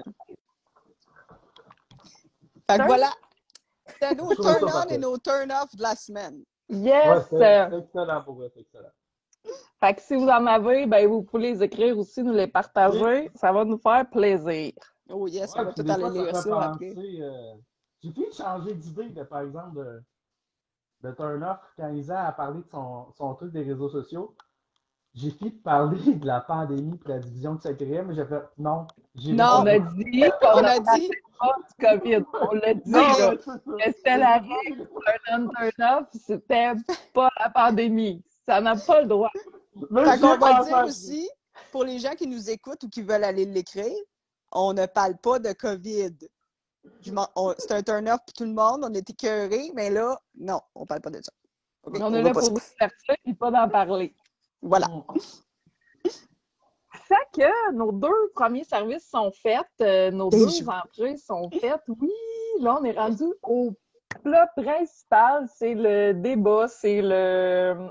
fait que Turn- voilà. C'était nos Je trouvais ça turn-on parfait. et nos turn-off de la semaine. Ouais, Yes! c'est c'est excellent pour eux, c'est excellent. Fait que si vous en avez, ben, vous pouvez les écrire aussi, nous les partager. Ça va nous faire plaisir. Oh yes, on Ouais, va puis tout des aller fois, ça lire fait ça après. penser. Euh... J'ai pu changer d'idée, de, par exemple, de, de Turn-Off quand Isa a parlé de son, son truc des réseaux sociaux. J'ai fini de parler de la pandémie et de la division que ça créait, mais j'ai fait non, j'ai Non. On a dit qu'on On ne a dit, pas du COVID. On l'a dit, Non, là. mais c'est ça. Que c'était la règle, turn on, turn off, c'était pas la pandémie. Ça n'a pas le droit. Mais fait j'y qu'on ai va le pensé. dire aussi, pour les gens qui nous écoutent ou qui veulent aller l'écrire, on ne parle pas de COVID. Je m'en- on- C'est un turn-off pour tout le monde, on est écœurés, mais là, non, on parle pas de ça. OK, On on est va là pas pour ça. divertir et pas d'en parler. Voilà. Fait que nos deux premiers services sont faits, euh, nos Déjà. deux entrées sont faites. Oui, là, on est rendu au plat principal. C'est le débat, c'est le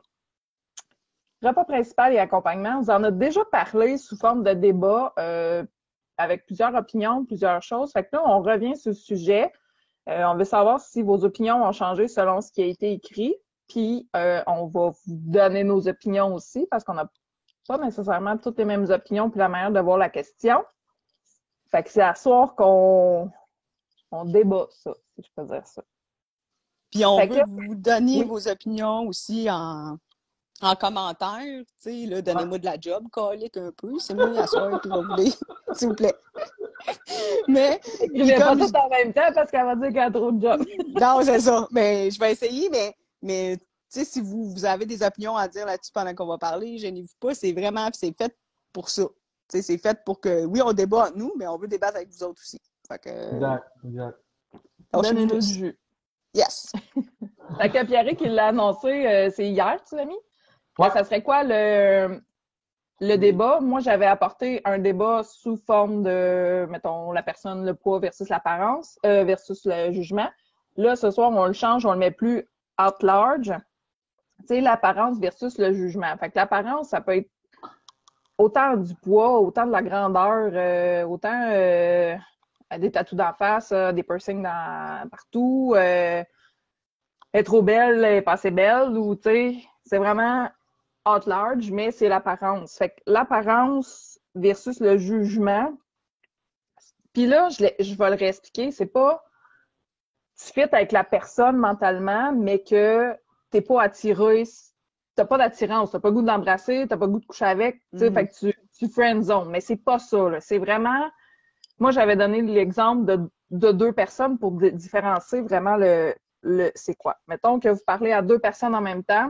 repas principal et accompagnement. On vous en a déjà parlé sous forme de débat euh, avec plusieurs opinions, plusieurs choses. Fait que là, on revient sur le sujet. Euh, on veut savoir si vos opinions ont changé selon ce qui a été écrit. Puis, euh, on va vous donner nos opinions aussi parce qu'on n'a pas nécessairement toutes les mêmes opinions puis la manière de voir la question. Fait que c'est à soir qu'on on débat ça, si je peux dire ça. Puis on Fait veut que- que vous donniez oui. vos opinions aussi en, en commentaire. Tu sais, là, donnez-moi de la job, calique un peu. C'est moi à soir qui va vous dire, s'il vous plaît. Mais, Écrivez pas comme tout je- en même temps parce qu'elle va dire qu'elle a trop de job. non, c'est ça. Mais je vais essayer, mais, mais tu sais, si vous, vous avez des opinions à dire là-dessus pendant qu'on va parler, gênez-vous pas. C'est vraiment, c'est fait pour ça. Tu sais, c'est fait pour que, oui, on débat entre nous, mais on veut débattre avec vous autres aussi. Fait que, Exact, exact. lâchez-nous Donnez-nous plus. du jus. Yes. Fait que Pierre qui l'a annoncé, euh, c'est hier, tu l'as mis? Ouais. Ça serait quoi le, le débat? Moi, j'avais apporté un débat sous forme de, mettons, la personne, le poids versus l'apparence, euh, versus le jugement. Là, ce soir, on le change, on le met plus out large. Tu sais, l'apparence versus le jugement. Fait que l'apparence, ça peut être autant du poids, autant de la grandeur, euh, autant euh, des tatous d'en face, euh, des piercings dans, partout. Euh, elle est trop belle, elle est pas assez belle, ou tu sais, c'est vraiment at large, mais c'est l'apparence. Fait que l'apparence versus le jugement. Puis là, je, je vais le réexpliquer, c'est pas tu fites avec la personne mentalement, mais que t'es pas attiré, t'as pas d'attirance, t'as pas le goût de l'embrasser, t'as pas le goût de coucher avec, tu sais, Mhm. fait que tu, tu friendzone. Mais c'est pas ça, là. C'est vraiment, moi, j'avais donné l'exemple de, de deux personnes pour di- différencier vraiment le, le, c'est quoi. Mettons que vous parlez à deux personnes en même temps.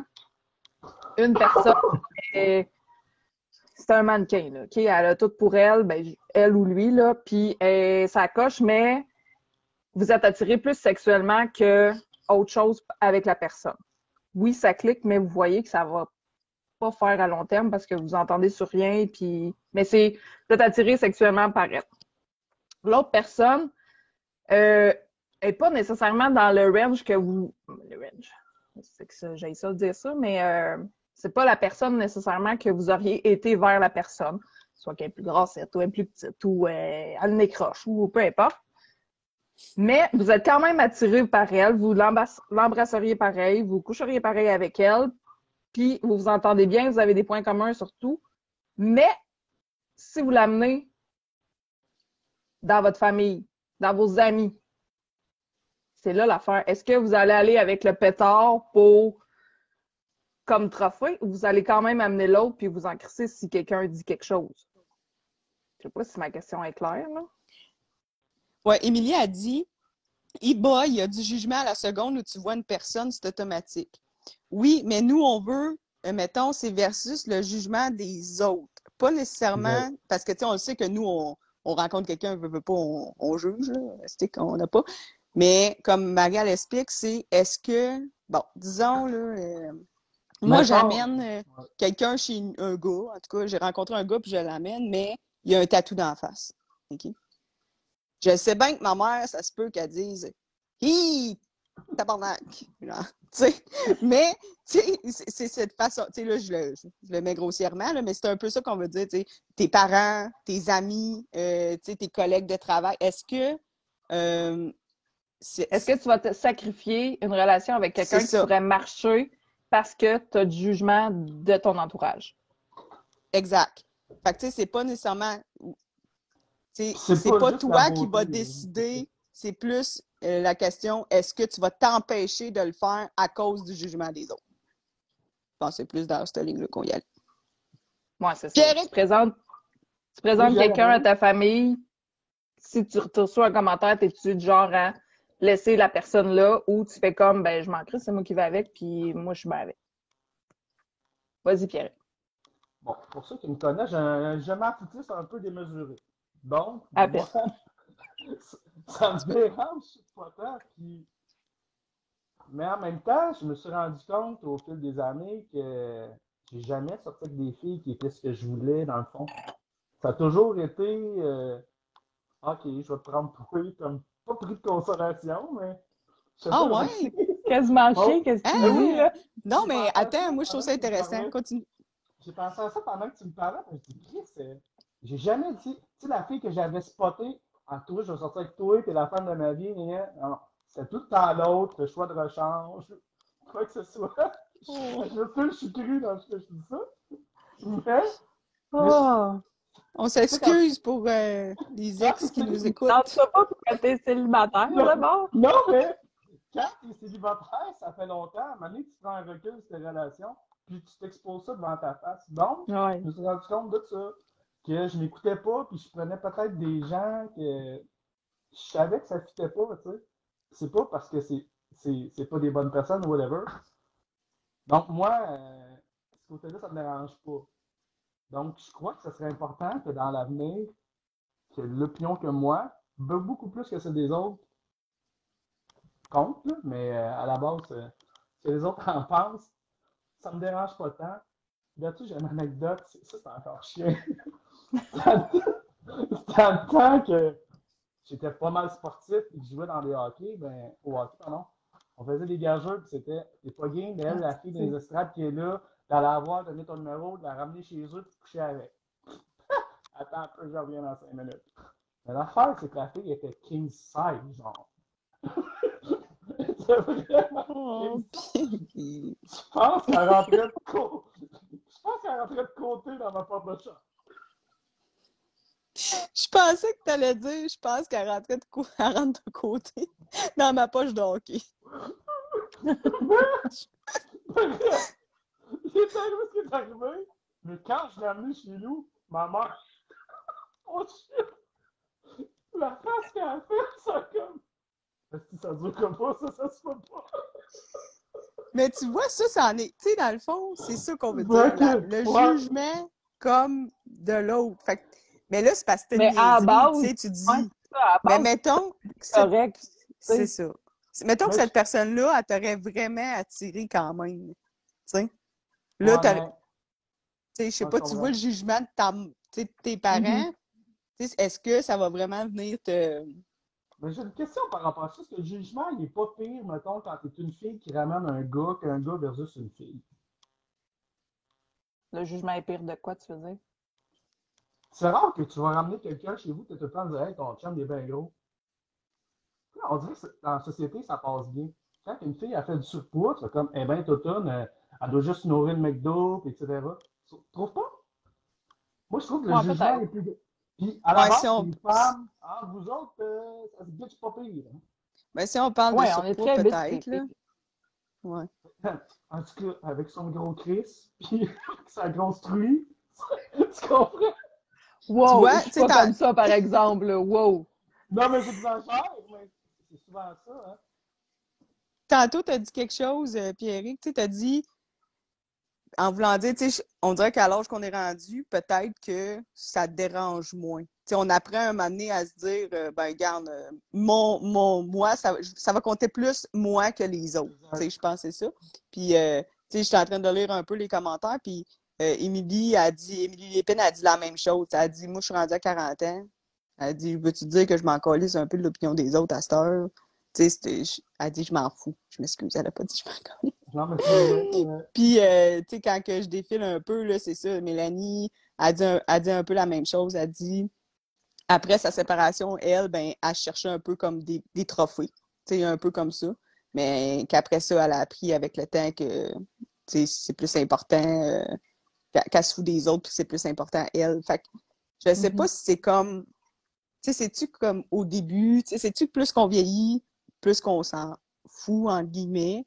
Une personne, est- c'est un mannequin, là, OK? Elle a tout pour elle, ben, elle ou lui, là, puis euh, ça coche, mais vous êtes attiré plus sexuellement que autre chose avec la personne. Oui, ça clique, mais vous voyez que ça va pas faire à long terme parce que vous entendez sur rien, puis mais c'est vous êtes attiré sexuellement par elle. L'autre personne euh, est pas nécessairement dans le range que vous le range. C'est que ça, j'ai ça de dire ça, mais euh, c'est pas la personne nécessairement que vous auriez été vers la personne, soit qu'elle est plus grosse, ou elle est plus petite, ou euh, elle n'écroche, ou peu importe. Mais vous êtes quand même attiré par elle, vous l'embrasseriez pareil, vous coucheriez pareil avec elle, puis vous vous entendez bien, vous avez des points communs sur tout. Mais si vous l'amenez dans votre famille, dans vos amis, c'est là l'affaire. Est-ce que vous allez aller avec le pétard pour comme trophée ou vous allez quand même amener l'autre puis vous en crisser si quelqu'un dit quelque chose? Je sais pas si ma question est claire, là. Ouais, Émilie a dit, e-boy, il y a du jugement à la seconde où tu vois une personne, c'est automatique. Oui, mais nous, on veut, euh, mettons, c'est versus le jugement des autres. Pas nécessairement, Exact. parce que, tu sais, on le sait que nous, on, on rencontre quelqu'un, on veut, veut pas, on, on juge, là, c'est qu'on n'a pas. Mais, comme Marie l'explique, c'est, est-ce que, bon, disons, là, euh, moi, Mettons- j'amène euh, Ouais. quelqu'un chez un gars, en tout cas, j'ai rencontré un gars, puis je l'amène, mais il y a un tatou d'en face, OK? Je sais bien que ma mère, ça se peut qu'elle dise « Hi! tabarnak. Genre, tu sais. Mais, tu sais, c'est c'est cette façon, tu sais, là, je le, je le mets grossièrement, là, mais c'est un peu ça qu'on veut dire, tu sais, tes parents, tes amis, euh, tu sais, tes collègues de travail. Est-ce que, euh, c'est Est-ce que tu vas te sacrifier une relation avec quelqu'un c'est qui ça, pourrait marcher parce que tu as du jugement de ton entourage? exact. Fait que, tu sais, c'est pas nécessairement, tu sais, C'est c'est pas pas juste la toi qui beauté. vas là. décider, c'est plus euh, la question, est-ce que tu vas t'empêcher de le faire à cause du jugement des autres? Je pense que c'est plus dans cette ligne-là qu'on y allait. Moi, c'est ça. Pierrick? Tu présentes, tu Oui, présentes j'y quelqu'un à allais. ta famille, si tu reçois un commentaire, t'es-tu du genre à laisser la personne là ou tu fais comme, ben, je m'en crisse, c'est moi qui vais avec, puis moi, je suis bien avec. Vas-y, Pierre. Bon, pour ceux qui me connaissent, j'ai un je m'en foutiste un peu démesuré. Donc, À moi, peine. ça, ça me dérange, je suis pas tant. Puis... Mais en même temps, je me suis rendu compte au fil des années que j'ai jamais sorti avec des filles qui étaient ce que je voulais, dans le fond. Ça a toujours été euh, OK, je vais te prendre toi comme pas pris de consolation, mais je sais Ah pas comment ouais? expliquer. Quasiment Bon, chien, qu'est-ce que tu ben me oui, dis, là? Non, j'ai mais pensé à attends, ça moi, je trouve pendant ça que tu me intéressant. parlais. Continue. J'ai pensé à ça pendant que tu me parlais, puis je dis, Chris, euh, j'ai jamais dit, tu sais, la fille que j'avais spotée, en toi, je vais sortir avec toi, t'es la femme de ma vie, mais non, c'est tout le temps l'autre, le choix de rechange, quoi que ce soit. Oh. Je sais que je suis cru dans ce que je dis ça, mais, mais Oh! On tu sais, quand, s'excuse pour euh, les quand ex t'es qui nous célibataire, Non, écoutent. tu vas pas pour que t'es célibataire, non, d'abord? non, mais quand t'es célibataire, ça fait longtemps, à un moment donné, tu prends un recul sur tes relations, puis tu t'exposes ça devant ta face. Donc, Ouais. je me suis rendu compte de ça, que je m'écoutais pas, puis je prenais peut-être des gens que je savais que ça fitait pas, tu sais. C'est pas parce que c'est, c'est, c'est pas des bonnes personnes ou whatever. Donc, moi, euh, ce côté-là, ça me dérange pas. Donc, je crois que ce serait important que dans l'avenir, que l'opinion que moi, beaucoup plus que celle des autres, compte, là, mais euh, à la base, euh, ce que les autres en pensent, ça me dérange pas tant. Là-dessus, j'ai une anecdote, c'est- ça c'est encore chien. C'était le temps que j'étais pas mal sportif et que je jouais dans des hockey, ben, au hockey, pardon. On faisait des gageurs, puis c'était, t'es pas game, mais elle, la fille des estrades qui est là, d'aller la voir, donner ton numéro, de la ramener chez eux, puis de coucher avec. Attends un peu, je reviens dans cinq minutes. Mais l'affaire, c'est que la fille était king size, genre. C'était vraiment Oh, king size. puis... Je pense qu'elle rentrait de côté. Je pense qu'elle rentrait de côté dans ma porte de chambre. Je pensais que tu allais dire, je pense qu'elle rentrait de, co- elle rentre de côté dans ma poche de hockey. Bref, il est arrivé ce qui est arrivé, mais quand je l'ai amené chez nous, ma mère, oh shit, la face qu'elle a fait, ça comme. Est-ce que ça dure comme pas, ça, ça se fait pas. Mais tu vois, ça, ça en est. Tu sais, dans le fond, c'est ça qu'on veut Ok, dire. la- le ouais. jugement comme de l'autre. Fait que- mais là, c'est parce que c'est une Mais à la niaiserie. base, Tu sais, tu ouais, dis. c'est ça, à la Mais base, mettons que c'est cette- correct. tu c'est sais. ça. Mettons que Mais cette personne-là, elle t'aurait vraiment attiré quand même. Tu sais. je- Là, Ouais, t'aurais- mais. tu sais, je sais Ouais, pas, je tu vois comprends. le jugement de, ta, tu sais, de tes parents. Mhm. Tu sais, est-ce que ça va vraiment venir te. Mais j'ai une question par rapport à ça. Est-ce que le jugement, il est pas pire, mettons, quand t'es une fille qui ramène un gars qu'un gars versus une fille? Le jugement est pire de quoi, tu veux dire? C'est rare que tu vas ramener quelqu'un chez vous, tu te le temps de dire, hey, ton chum, il est bien gros. On dirait que dans la société, ça passe bien. Quand une fille a fait du surpoids, c'est comme, eh ben, Totone, euh, elle doit juste nourrir le McDo, et cetera. Tu trouves pas? Moi, je trouve que le Ouais, jugement peut-être. est plus. Puis, à la Ouais, si base, on, les femmes, entre vous autres, euh, ça se bitch pas pire. ben, si on parle de Ouais, on est surpoids, très bitch, les peut-être, là. filles. Ouais. Hein? En tout cas, avec son gros Chris, puis sa grosse truie, tu comprends? Tu Wow, vois, je tu suis sais, pas t'as- comme ça, par exemple, là. Wow. Non, mais j'exagère, mais c'est souvent ça, hein? tantôt, tu as dit quelque chose, euh, Pierrick, tu sais, t'as dit, en voulant dire, tu sais, je- on dirait qu'à l'âge qu'on est rendu, peut-être que ça te dérange moins. Tu sais, on apprend un moment donné à se dire, euh, ben, regarde, euh, mon, mon, moi, ça, ça va compter plus moi que les autres. Tu sais, Exact. je pense que c'est ça. Puis, euh, tu sais, j'étais en train de lire un peu les commentaires, puis euh, Émilie a dit, Émilie Lépine a dit la même chose. Elle a dit, moi, je suis rendue à quarante ans. Elle a dit, veux-tu dire que je m'en calisse un peu de l'opinion des autres à cette heure? Tu sais, c'était- je- elle dit « je m'en fous ». Je m'excuse, elle a pas dit « je m'en colle ». Non, mais c'est vrai. euh, Puis, euh, tu sais, quand que je défile un peu, là, c'est ça, Mélanie a dit, un, a dit un peu la même chose. Elle dit, après sa séparation, elle, ben, elle cherchait un peu comme des, des trophées. Tu sais, un peu comme ça. Mais qu'après ça, elle a appris avec le temps que, tu sais, c'est plus important, euh, qu'elle qu'elle se fout des autres, puis c'est plus important à elle. Fait que je sais Mhm. pas si c'est comme, tu sais, c'est-tu comme au début, tu sais, c'est-tu que plus qu'on vieillit, plus qu'on s'en fout, entre guillemets.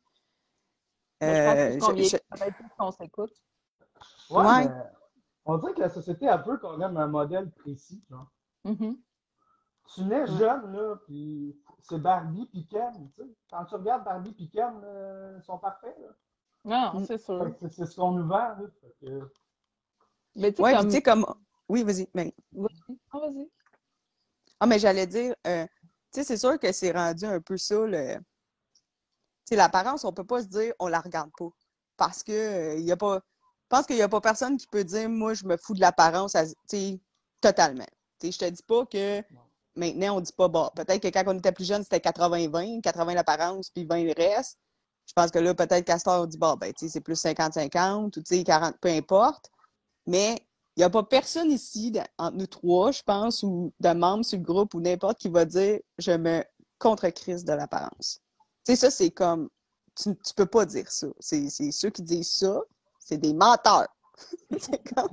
Mais je pense que Euh, ce je, qu'on vieillit, je- peut-être plus qu'on s'écoute. Ouais, ouais. mais on dirait que la société a peu qu'on aime un modèle précis, genre. Mhm. Tu nais Ouais. jeune, là, puis c'est Barbie puis Ken, tu sais. Quand tu regardes Barbie puis Ken, euh, ils sont parfaits, là. Non, Mm. c'est Fait sûr. que c'est c'est ce qu'on nous vend, là. Fait que, Mais tu sais, Ouais, puis tu comme. sais, comme. Oui, vas-y. Mais... Vas-y. Ah, vas-y. Ah, mais j'allais dire, euh, tu sais, c'est sûr que c'est rendu un peu ça, le. Tu sais, l'apparence, on peut pas se dire, on la regarde pas. Parce que, euh, il y a pas. Je pense qu'il y a pas personne qui peut dire, moi, je me fous de l'apparence, à- tu sais, totalement. Tu sais, je te dis pas que maintenant, on dit pas, bon, peut-être que quand on était plus jeune, c'était quatre-vingts vingt, quatre-vingts l'apparence, puis vingt le reste. Je pense que là, peut-être qu'à cette heure, on dit, bon, ben, tu sais, c'est plus cinquante cinquante, ou tu sais, quarante, peu importe. Mais il n'y a pas personne ici, de- entre nous trois, je pense, ou de membres sur le groupe, ou n'importe, qui va dire je me contre-crise de l'apparence. Tu sais, ça, c'est comme. Tu, tu peux pas dire ça. C'est c'est ceux qui disent ça, c'est des menteurs. C'est comme.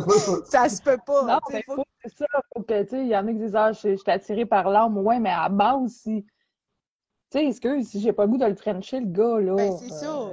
Ça se peut pas. Non, Tu sais, mais faut... faut, c'est ça. Faut que, tu sais, il y en a qui disent, ah, je, je suis attirée par l'âme. Ouais, mais à base, si. Tu sais, excuse, si j'ai pas le goût de le frencher, le gars, là. Ben, c'est euh, ça.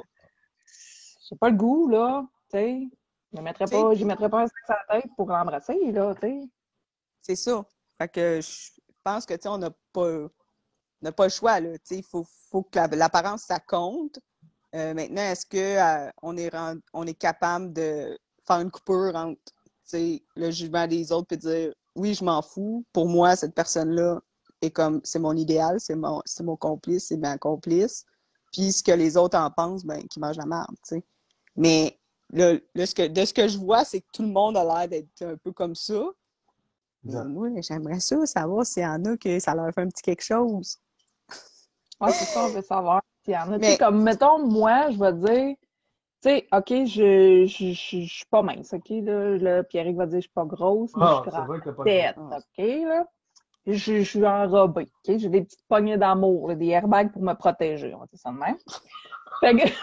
j'ai pas le goût, là. Tu sais. Je ne mettrais Tu sais, pas, j'y puis mettrais pas un sac sur la tête pour l'embrasser, là, tu sais. c'est ça. Fait que je pense que, tu sais, on n'a pas, on n'a pas le choix, là. Tu sais, il faut, faut que la- l'apparence, ça compte. Euh, maintenant, est-ce que euh, on est rend- on est capable de faire une coupure entre tu sais, le jugement des autres et dire oui, je m'en fous. Pour moi, cette personne-là est comme c'est mon idéal, c'est mon, c'est mon complice, c'est ma complice. Puis ce que les autres en pensent, ben, qu'ils mangent la merde, tu sais. Mais là, là, ce que, de ce que je vois, c'est que tout le monde a l'air d'être un peu comme ça. Mais Exact. moi, j'aimerais ça, savoir s'il y en a que ça leur fait un petit quelque chose. Ouais, c'est ça, on veut savoir s'il y en a. Tu sais, Mais comme, mettons, moi, je vais dire, tu sais, OK, je, je, je, je suis pas mince, OK, là, là Pierrick va dire, je suis pas grosse, mais je suis Ah, c'est grande vrai que t'as pas de tête, ah, OK, là. Je, je suis enrobée, OK, j'ai des petites poignées d'amour, là, des airbags pour me protéger, on va dire ça de même. Fait que,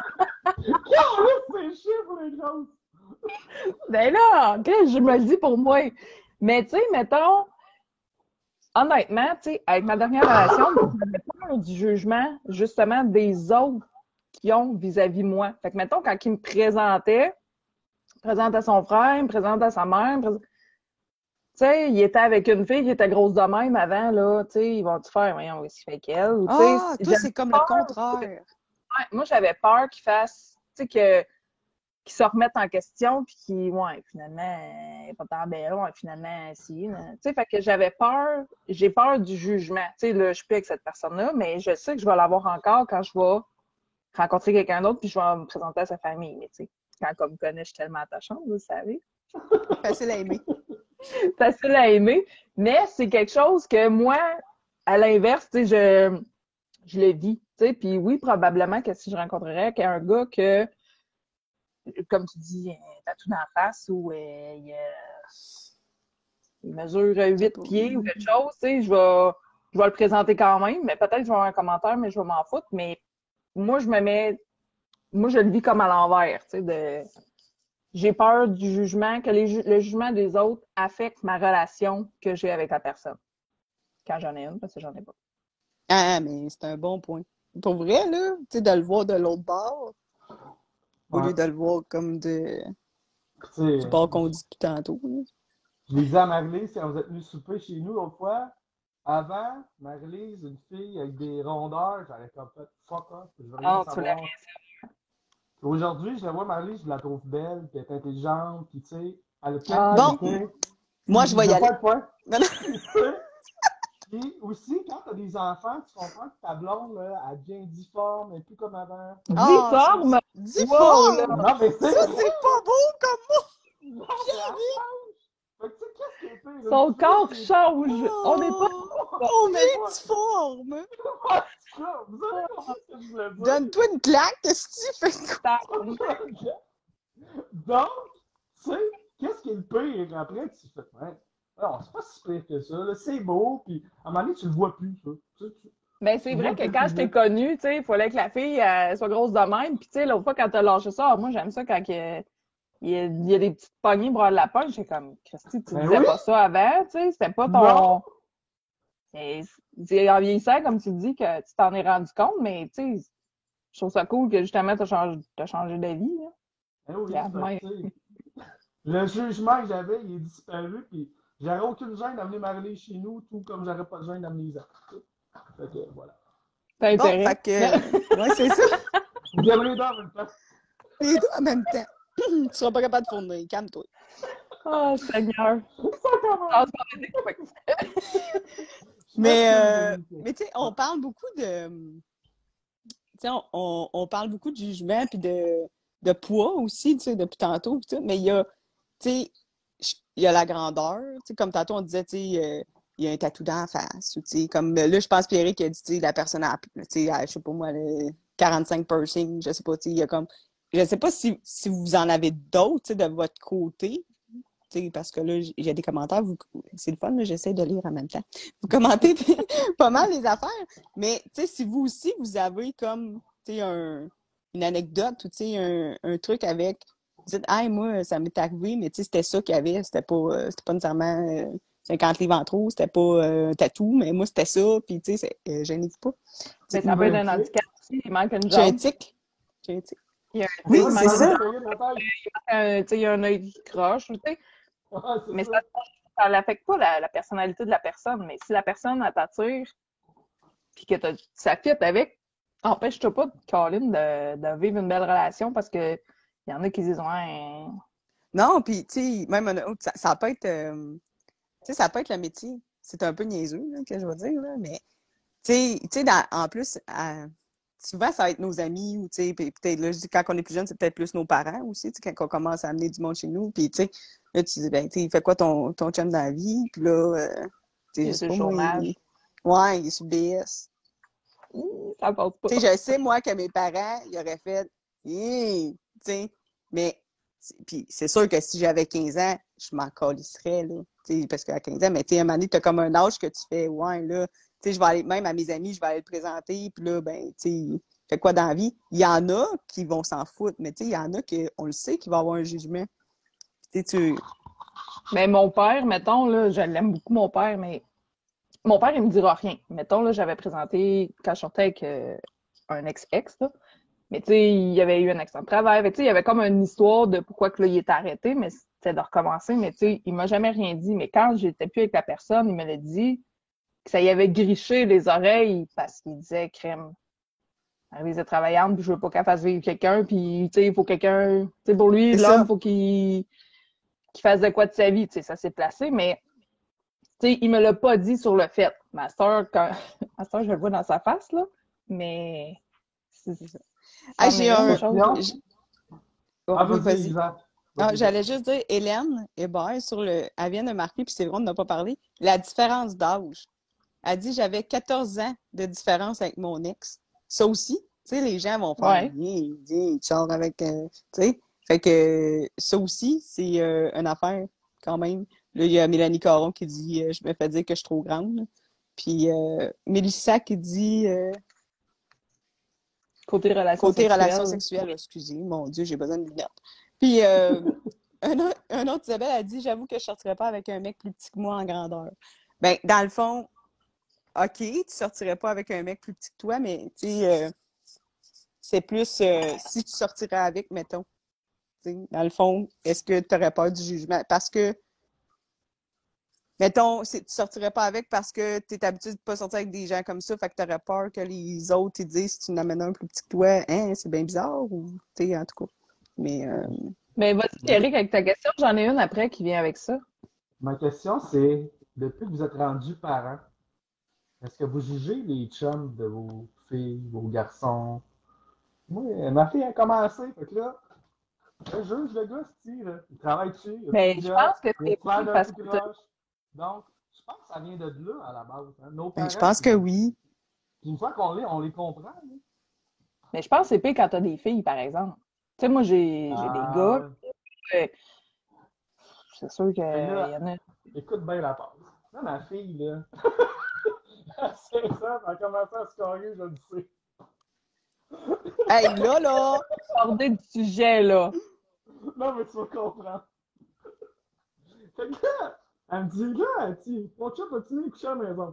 c'est chiffres, les grosses! ben là, OK, je me le dis pour moi. Mais tu sais, mettons, honnêtement, tu sais, avec ma dernière relation, j'avais peur du jugement, justement, des autres qui ont vis-à-vis moi. Fait que, mettons, quand il me présentait, il me présente à son frère, il me présente à sa mère, il me présente- tu sais, il était avec une fille qui était grosse de même avant, là, tu sais, ils vont te faire, voyons, qu'est-ce qu'il fait qu'elle? Ou, tu sais, ah, toi, j'avais c'est comme le peur, contraire. ouais, moi, j'avais peur qu'il fasse, tu sais, que qui se remettent en question, puis qui, ouais, finalement, elle est pas tant belle, ouais, finalement, si. là. Tu sais, fait que j'avais peur, j'ai peur du jugement. Tu sais, là, je suis plus avec cette personne-là, mais je sais que je vais l'avoir encore quand je vais rencontrer quelqu'un d'autre, puis je vais me présenter à sa famille. Mais tu sais, quand on me connaît, je suis tellement attachante, vous le savez. Facile à aimer. C'est facile à aimer, mais c'est quelque chose que moi, à l'inverse, tu sais, je, je le vis. Tu sais, puis oui, probablement que si je rencontrerais un gars que comme tu dis, un tatou dans la face ou euh, il, euh, il mesure Je sais huit pas. pieds ou quelque chose, tu sais, je vais, je vais le présenter quand même, mais peut-être que je vais avoir un commentaire, mais je vais m'en foutre. Mais moi, je me mets, moi, je le vis comme à l'envers, tu sais, de, j'ai peur du jugement, que les ju- le jugement des autres affecte ma relation que j'ai avec la personne. Quand j'en ai une, parce que j'en ai pas. Ah, mais c'est un bon point. Pour vrai, là, tu sais, de le voir de l'autre bord, au Ouais. lieu de le voir comme de, Tu du sais, bord qu'on dit tout tantôt. Là. je l'ai dit à Marie-Lise quand vous êtes venus souper chez nous l'autre fois. Avant, Marie-Lise, une fille avec des rondeurs, j'avais comme fait fuck off, je veux rien Ah, tu voulais savoir. Aujourd'hui, je la vois, Marie-Lise, je la trouve belle, puis elle est intelligente, puis tu sais, elle a plein de Ah, Bon, qualités. moi, Puis je vais y veux aller. pas être point. Non, non. Puis aussi, quand t'as des enfants, tu comprends que ta blonde, là, elle devient difforme, elle est plus comme avant. Ah, ça, difforme! c'est- Wow, là! difforme! Non, mais c'est Ça, c'est pas beau comme mot! non, mais elle change! Fait que tu sais, qu'est-ce qui est pire? Son Une fille corps qui est- change! On n'est pas Oh! Combien tu formes? Vous avez compris ce que je voulais dire? Donne-toi une claque, qu'est-ce que tu fais? Donc, tu sais, qu'est-ce qui est le pire? Après, tu fais, ouais, non, c'est pas si pire que ça, là, c'est beau, puis à un moment donné, tu le vois plus, ça. Tu, tu, Ben, c'est tu vrai vois que plus quand le je t'ai public. connue, tu sais, il fallait que la fille elle, soit grosse de même. Puis, tu sais, l'autre fois, quand t'as lâché ça, ah, moi, j'aime ça quand il y a, il y a, il y a des petites poignées bras de lapin. J'étais comme, Christy, tu Ben disais oui, pas ça avant, tu sais, c'était pas non, ton. Et c'est en vieillissant, comme tu dis, que tu t'en es rendu compte, mais, tu sais, je trouve ça cool que justement, t'as changé, t'as changé d'avis, là. ben oui, Regarde, fait moi, que, tu sais, le jugement que j'avais, il est disparu, puis j'aurais aucune gêne d'amener Marie chez nous, tout comme j'aurais pas de gêne d'amener Isa. Fait que, voilà. t'as Bon, intérêt. fait que. Ouais, c'est ça. Vous viendrez dans en même temps. Les deux en même temps. Tu seras pas capable de fournir. Calme-toi. Oh, Seigneur. Ça commence. Je pense qu'on est découpés. Mais, euh, mais tu sais, on parle beaucoup de. Tu sais, on, on, on parle beaucoup de jugement puis de, de poids aussi, tu sais, depuis tantôt. Pis tout, mais il y a, tu sais, j- il y a la grandeur. Tu sais, comme tantôt, on disait, tu sais, euh, il y a un tatou d'en face. Ou, tu sais, comme euh, là, je pense Pierre qui a dit, tu sais, la personne a, tu sais, à, je sais pas moi, le quarante-cinq piercings, je sais pas, tu sais, il y a comme. Je sais pas si, si vous en avez d'autres, tu sais, de votre côté. Tu sais, parce que là, j- j'ai des commentaires, vous, c'est le fun, là, j'essaie de lire en même temps. Vous commentez pas mal les affaires, mais tu sais, si vous aussi, vous avez comme, tu sais, un, une anecdote ou tu sais, un, un truc avec, vous dites, hey, moi, ça m'est arrivé, mais tu sais, c'était ça qu'il y avait, c'était pas, euh, c'était pas nécessairement euh, cinquante livres en trop, c'était pas euh, un tatou, mais moi, c'était ça, puis tu sais, c'est- euh, gênez-vous pas. Mais Ou ça peut être un un tic. handicap aussi. Il manque une J'ai un jambe. tic. J'ai un tic. Il y a un Oui, tic, Ouais, il ça c'est manque une aurait ça. jambe. payé ma taille. Un- tu sais, il y a un œil qui croche. Tu sais. Ouais, c'est Mais ça. ça ça n'affecte pas la, la personnalité de la personne. Mais si la personne, elle t'attire, puis que t'as- ça fit avec, empêche-toi pas, Colin, de, de vivre une belle relation parce que il y en a qui disent, ouais, Non, puis tu sais, même un autre, ça, ça peut être, euh, tu sais, ça peut être le métier. C'est un peu niaiseux, là, que je vais dire, là, mais tu sais, tu sais, dans- en plus, euh, souvent, ça va être nos amis, ou tu sais, puis peut-être, là, je dis, quand on est plus jeune, c'est peut-être plus nos parents aussi, tu sais, quand on commence à amener du monde chez nous, puis tu sais, là, tu dis, ben, tu sais, il fait quoi ton, ton chum dans la vie? Puis là, euh, tu sais, il je y a sais du pas, moi, chômage. il, ouais, il est sur B S. Hum, Ça passe pas. Tu sais, je sais, moi, que mes parents, ils auraient fait, Hi! Tu sais, mais, c'est- puis c'est sûr que si j'avais quinze ans, je m'en calisserais, là, tu sais, parce qu'à quinze ans, mais tu sais, à un moment donné, t'as comme un âge que tu fais, ouais, là, tu sais, je vais aller, même à mes amis, je vais aller le présenter, puis là, ben, tu sais, fait quoi dans la vie? Il y en a qui vont s'en foutre, mais tu sais, il y en a qui, on le sait, qui va avoir un jugement. Tu sais, tu, Mais mon père, mettons, là, je l'aime beaucoup, mon père, mais mon père, il me dira rien. Mettons, là, j'avais présenté, quand je sortais avec euh, un ex-ex, là, mais tu sais, il y avait eu un accident de travail. Fait que, tu sais, il y avait comme une histoire de pourquoi que là, il est arrêté, mais c'était de recommencer. Mais tu sais, il m'a jamais rien dit. Mais quand j'étais plus avec la personne, il me l'a dit que ça y avait griché les oreilles parce qu'il disait crème. Elle est travaillante, puis je veux pas qu'elle fasse vivre quelqu'un, puis tu sais, il faut quelqu'un. Tu sais, pour lui, c'est l'homme, ça. faut qu'il qu'il fasse de quoi de sa vie. Tu sais, ça s'est placé, mais tu sais, il me l'a pas dit sur le fait. Ma soeur, quand. Ma soeur, je le vois dans sa face, là. Mais. C'est ça. Ah, Ça j'ai m'est une un, chose. Question? j'- oh, Ah, oui, vas-y, vas-y. Isa. Ah, Vas-y, j'allais vas-y. juste dire, Hélène Hébert, sur le, elle vient de marquer, puis c'est vrai, on n'a pas parlé, la différence d'âge. Elle dit, j'avais quatorze ans de différence avec mon ex. Ça aussi, tu sais, les gens vont faire, Ouais. viens, viens, tu sors avec, euh, tu sais. Fait que ça aussi, c'est euh, une affaire quand même. Là, il y a Mélanie Caron qui dit, euh, je me fais dire que je suis trop grande. Puis euh, Mélissa qui dit, euh, Côté relations côté relations sexuelles. sexuelles, excusez, mon Dieu, j'ai besoin de lunettes. Puis euh, un, autre, un autre, Isabelle a dit, j'avoue que je sortirais pas avec un mec plus petit que moi en grandeur. Ben, dans le fond, OK, tu sortirais pas avec un mec plus petit que toi, mais tu sais, euh, c'est plus euh, si tu sortirais avec, mettons. Tu sais, dans le fond, est-ce que tu aurais peur du jugement? Parce que, mettons, si tu sortirais pas avec parce que tu es habitué de pas sortir avec des gens comme ça, fait que tu aurais peur que les autres te disent si tu en amènes un plus petit que toi, hein, c'est bien bizarre, ou tu sais, en tout cas. Mais, euh, Mais vas-y, Eric, avec ta question, j'en ai une après qui vient avec ça. Ma question, c'est, depuis que vous êtes rendus parents, est-ce que vous jugez les chums de vos filles, vos garçons? Moi, ma fille a commencé, fait que là, je juge le gars, c'ti, là. Il travaille dessus, il a plus Mais de je job, pense que il a c'est l'air plus d'un parce tout que t'as- croche. Donc, je pense que ça vient de là, à la base. Hein. Nos Ben, parents, je pense que oui. puis une fois qu'on l'est, on les comprend. Là. Mais je pense que c'est pire quand t'as des filles, par exemple. Tu sais, moi, j'ai j'ai des Ah, gars, ouais. euh, c'est sûr qu'il Mais y là, en a. écoute bien la passe. Là, ma fille, là, à seize ans, elle a commencé à se carrer, je le sais. Hey, là, là! Aborder du sujet, là. Non, mais tu vas comprendre. Fait que là, elle me dit, là, tu, mon chum continue de coucher à la maison.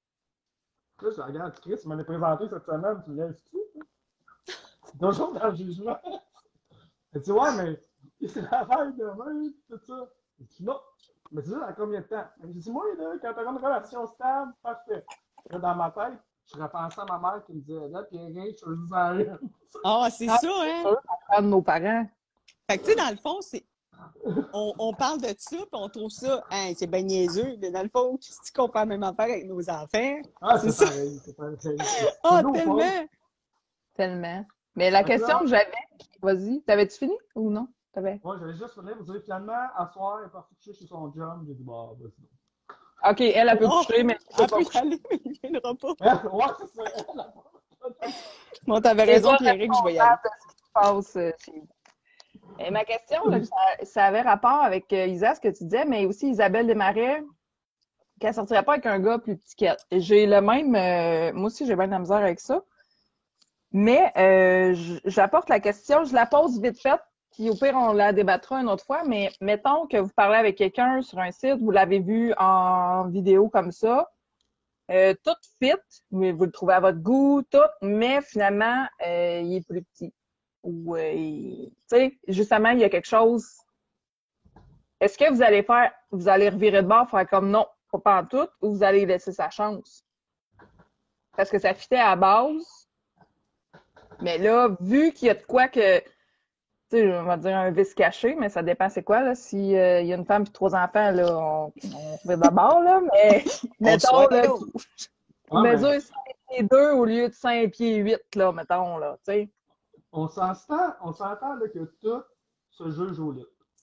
Là, je la regarde, Chris, tu m'en as présenté cette semaine, tu viens tu C'est toujours dans le jugement. Elle dit, ouais, mais il se travaille demain, tout ça. Je dis, non. Mais tu dis, dans combien de temps? Elle me dit, moi, là, quand t'as une relation stable, parfait. Là, dans ma tête, je repensais à ma mère qui me disait, là, Pierre, je te le dis en rien. Ah, c'est Ah, ça, hein? sûr, on parle de nos parents. Fait que, tu sais, dans le fond, c'est. On, on parle de ça, puis on trouve ça, hein, c'est ben niaiseux, mais dans le fond, qu'est-ce qu'on fait la même affaire avec nos enfants? Ah, C'est c'est ça. pareil, c'est pareil. C'est Ah, nous, tellement! Paul. Tellement. Mais la Fait que question là- que j'avais, vas-y, t'avais-tu fini ou non? T'avais? Moi, j'allais juste finir, vous dire, finalement, à soir, elle est partie coucher chez son job. J'ai dit, bah, bah, c'est bon. OK, elle, elle peut Oh, coucher, mais tu peux elle pas peut y coucher. aller, mais il viendra pas. Hein? Ouais, c'est ça. Elle a pas- Bon, t'avais C'est raison, pas Pierrick, je vais y aller. responsable de ce qui se passe euh, chez vous. Et ma question, là, ça, ça avait rapport avec euh, Isa, ce que tu disais, mais aussi Isabelle Desmarais, qu'elle sortirait pas avec un gars plus petit qu'elle. J'ai le même, euh, moi aussi j'ai bien de la misère avec ça. Mais euh, j- j'apporte la question, je la pose vite fait, puis au pire on la débattra une autre fois, mais mettons que vous parlez avec quelqu'un sur un site, vous l'avez vu en vidéo comme ça, euh, tout fit, mais vous le trouvez à votre goût, tout, mais finalement, euh, il est plus petit. Ou, euh, il- tu sais, justement, il y a quelque chose. Est-ce que vous allez faire, vous allez revirer de bord, faire comme non, pas pas en tout, ou vous allez laisser sa chance? Parce que ça fitait à la base, mais là, vu qu'il y a de quoi que, tu sais, on va dire un vice caché, mais ça dépend c'est quoi, là. Si euh, il y a une femme et trois enfants, là, on, on revire de bord, là, mais mettons, soit là, là. Ah, mais mesure cinq pieds deux au lieu de cinq pieds huit, là, mettons, là, tu sais. on s'entend, on s'entend là, que tout se juge au lit.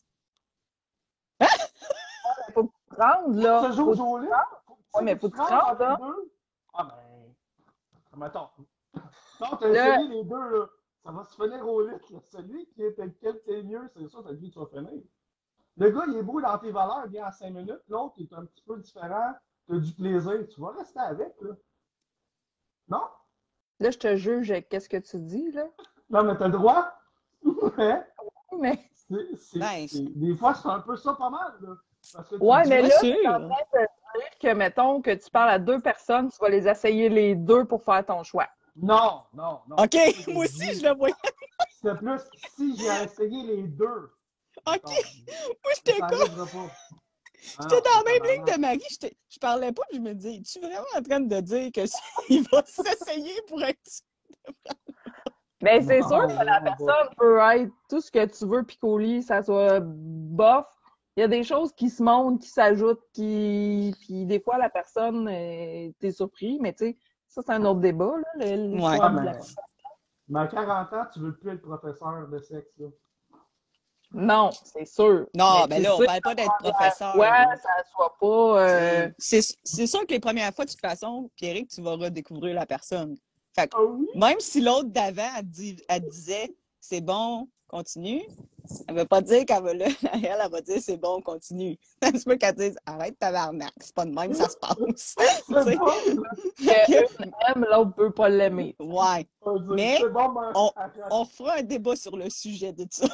Faut que tu te rendes, là. Se juge Faut- au lit? Ouais, mais faut que tu te rendes, là. deux. Ah, ben. Mettons. Quand t'as Là- essayé les deux, là, ça va se finir au lit. Là. Celui qui est lequel t'es mieux, c'est ça, c'est lui qui va finir. Le gars, il est beau dans tes valeurs, bien en cinq minutes. L'autre, il est un petit peu différent. T'as du plaisir. Tu vas rester avec, là. Non? Là, je te juge avec qu'est-ce que tu dis, là. Non, mais t'as le droit. Mais, Mais, c'est, c'est, Ben, c'est- des fois, c'est un peu ça pas mal, là. Parce que tu ouais, dis, mais Bien là, sûr. tu es en train de dire que, mettons, que tu parles à deux personnes, tu vas les essayer les deux pour faire ton choix. non, non, non. OK, C'est ce que moi je aussi, dis. je le voyais. C'est plus si j'ai essayé les deux. OK, Mettons, moi, j'étais ça comme. n'arrivera pas. Ah J'étais non, dans la c'est même ligne tabarnak. de Marie, j'étais- je parlais pas, puis je me disais, es-tu vraiment en train de dire que il va s'essayer pour être. Mais c'est Non, sûr que la vraiment pas. personne peut être tout ce que tu veux, puis qu'au lit, ça soit bof. Il y a des choses qui se montent, qui s'ajoutent, qui. Puis des fois, la personne, euh, t'es surpris, mais tu sais, ça, c'est un autre débat, là, le- le Ouais. choix Ah, de mais, la- mais à quarante ans, tu veux plus être professeur de sexe, là. Non, c'est sûr. Non, mais ben tu là, on sais, parle pas d'être professeur. ouais, là. ça soit pas. euh, C'est c'est sûr que les premières fois, de toute façon, Pierrick, tu vas redécouvrir la personne. Fait que Ah oui? même si l'autre d'avant, elle, dit- elle disait c'est bon, continue, elle veut pas dire qu'elle va là, elle, elle va dire c'est bon, continue. Ça se peut qu'elle dise arrête tabarnak, c'est pas de même, ça se passe. Tu sais? C'est bon. que une aime, l'autre peut pas l'aimer. Ouais, On dit, Mais c'est bon, ben, on- arrête. on fera un débat sur le sujet de ça.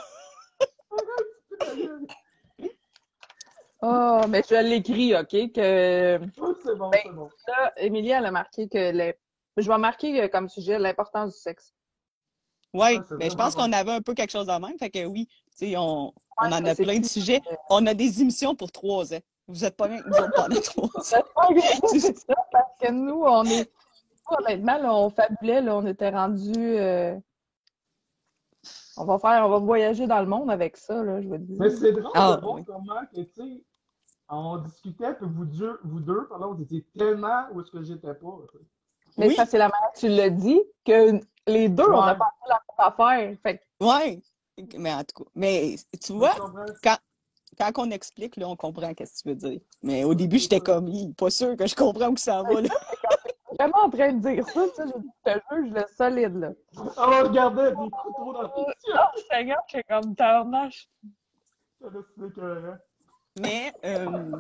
Ah, mais je l'écris, OK? Que Oh, c'est bon, Ben, c'est bon. là, Émilie, elle a marqué que les... je vais marquer euh, comme sujet l'importance du sexe. Oui, Ah, c'est mais je vraiment pense bon. qu'on avait un peu quelque chose en même. Fait que oui, tu sais, on, on en mais a c'est plein de plus- sujets. On a des émissions pour trois ans. Vous êtes pas bien que nous autres pendant trois ans. C'est ça, parce que nous, on est. Honnêtement, là, on fabulait, là, on était rendus. euh, On va faire, on va voyager dans le monde avec ça, là, je veux te dire. Mais c'est drôle Ah, de voir oui. comment que, tu sais, on discutait, puis vous deux, vous deux, pardon, vous étiez tellement où est-ce que j'étais pas. tu sais. Mais Oui. ça, c'est la manière que tu l'as dit, que les deux, on a Ouais. pas fait la même affaire. Fait que, Oui, mais en tout cas, mais tu vois, Tu comprends? quand, quand on explique, là, on comprend ce que tu veux dire. Mais au début, j'étais comme, Hi, pas sûr que je comprends où que ça va, là. Vraiment en train de dire ça, tu sais, je te jure, je le solide, là. On regardait des couteaux dans les yeux. Oh, Seigneur, j'étais comme tabarnache. Ça laisse l'écœurant. Mais, euh,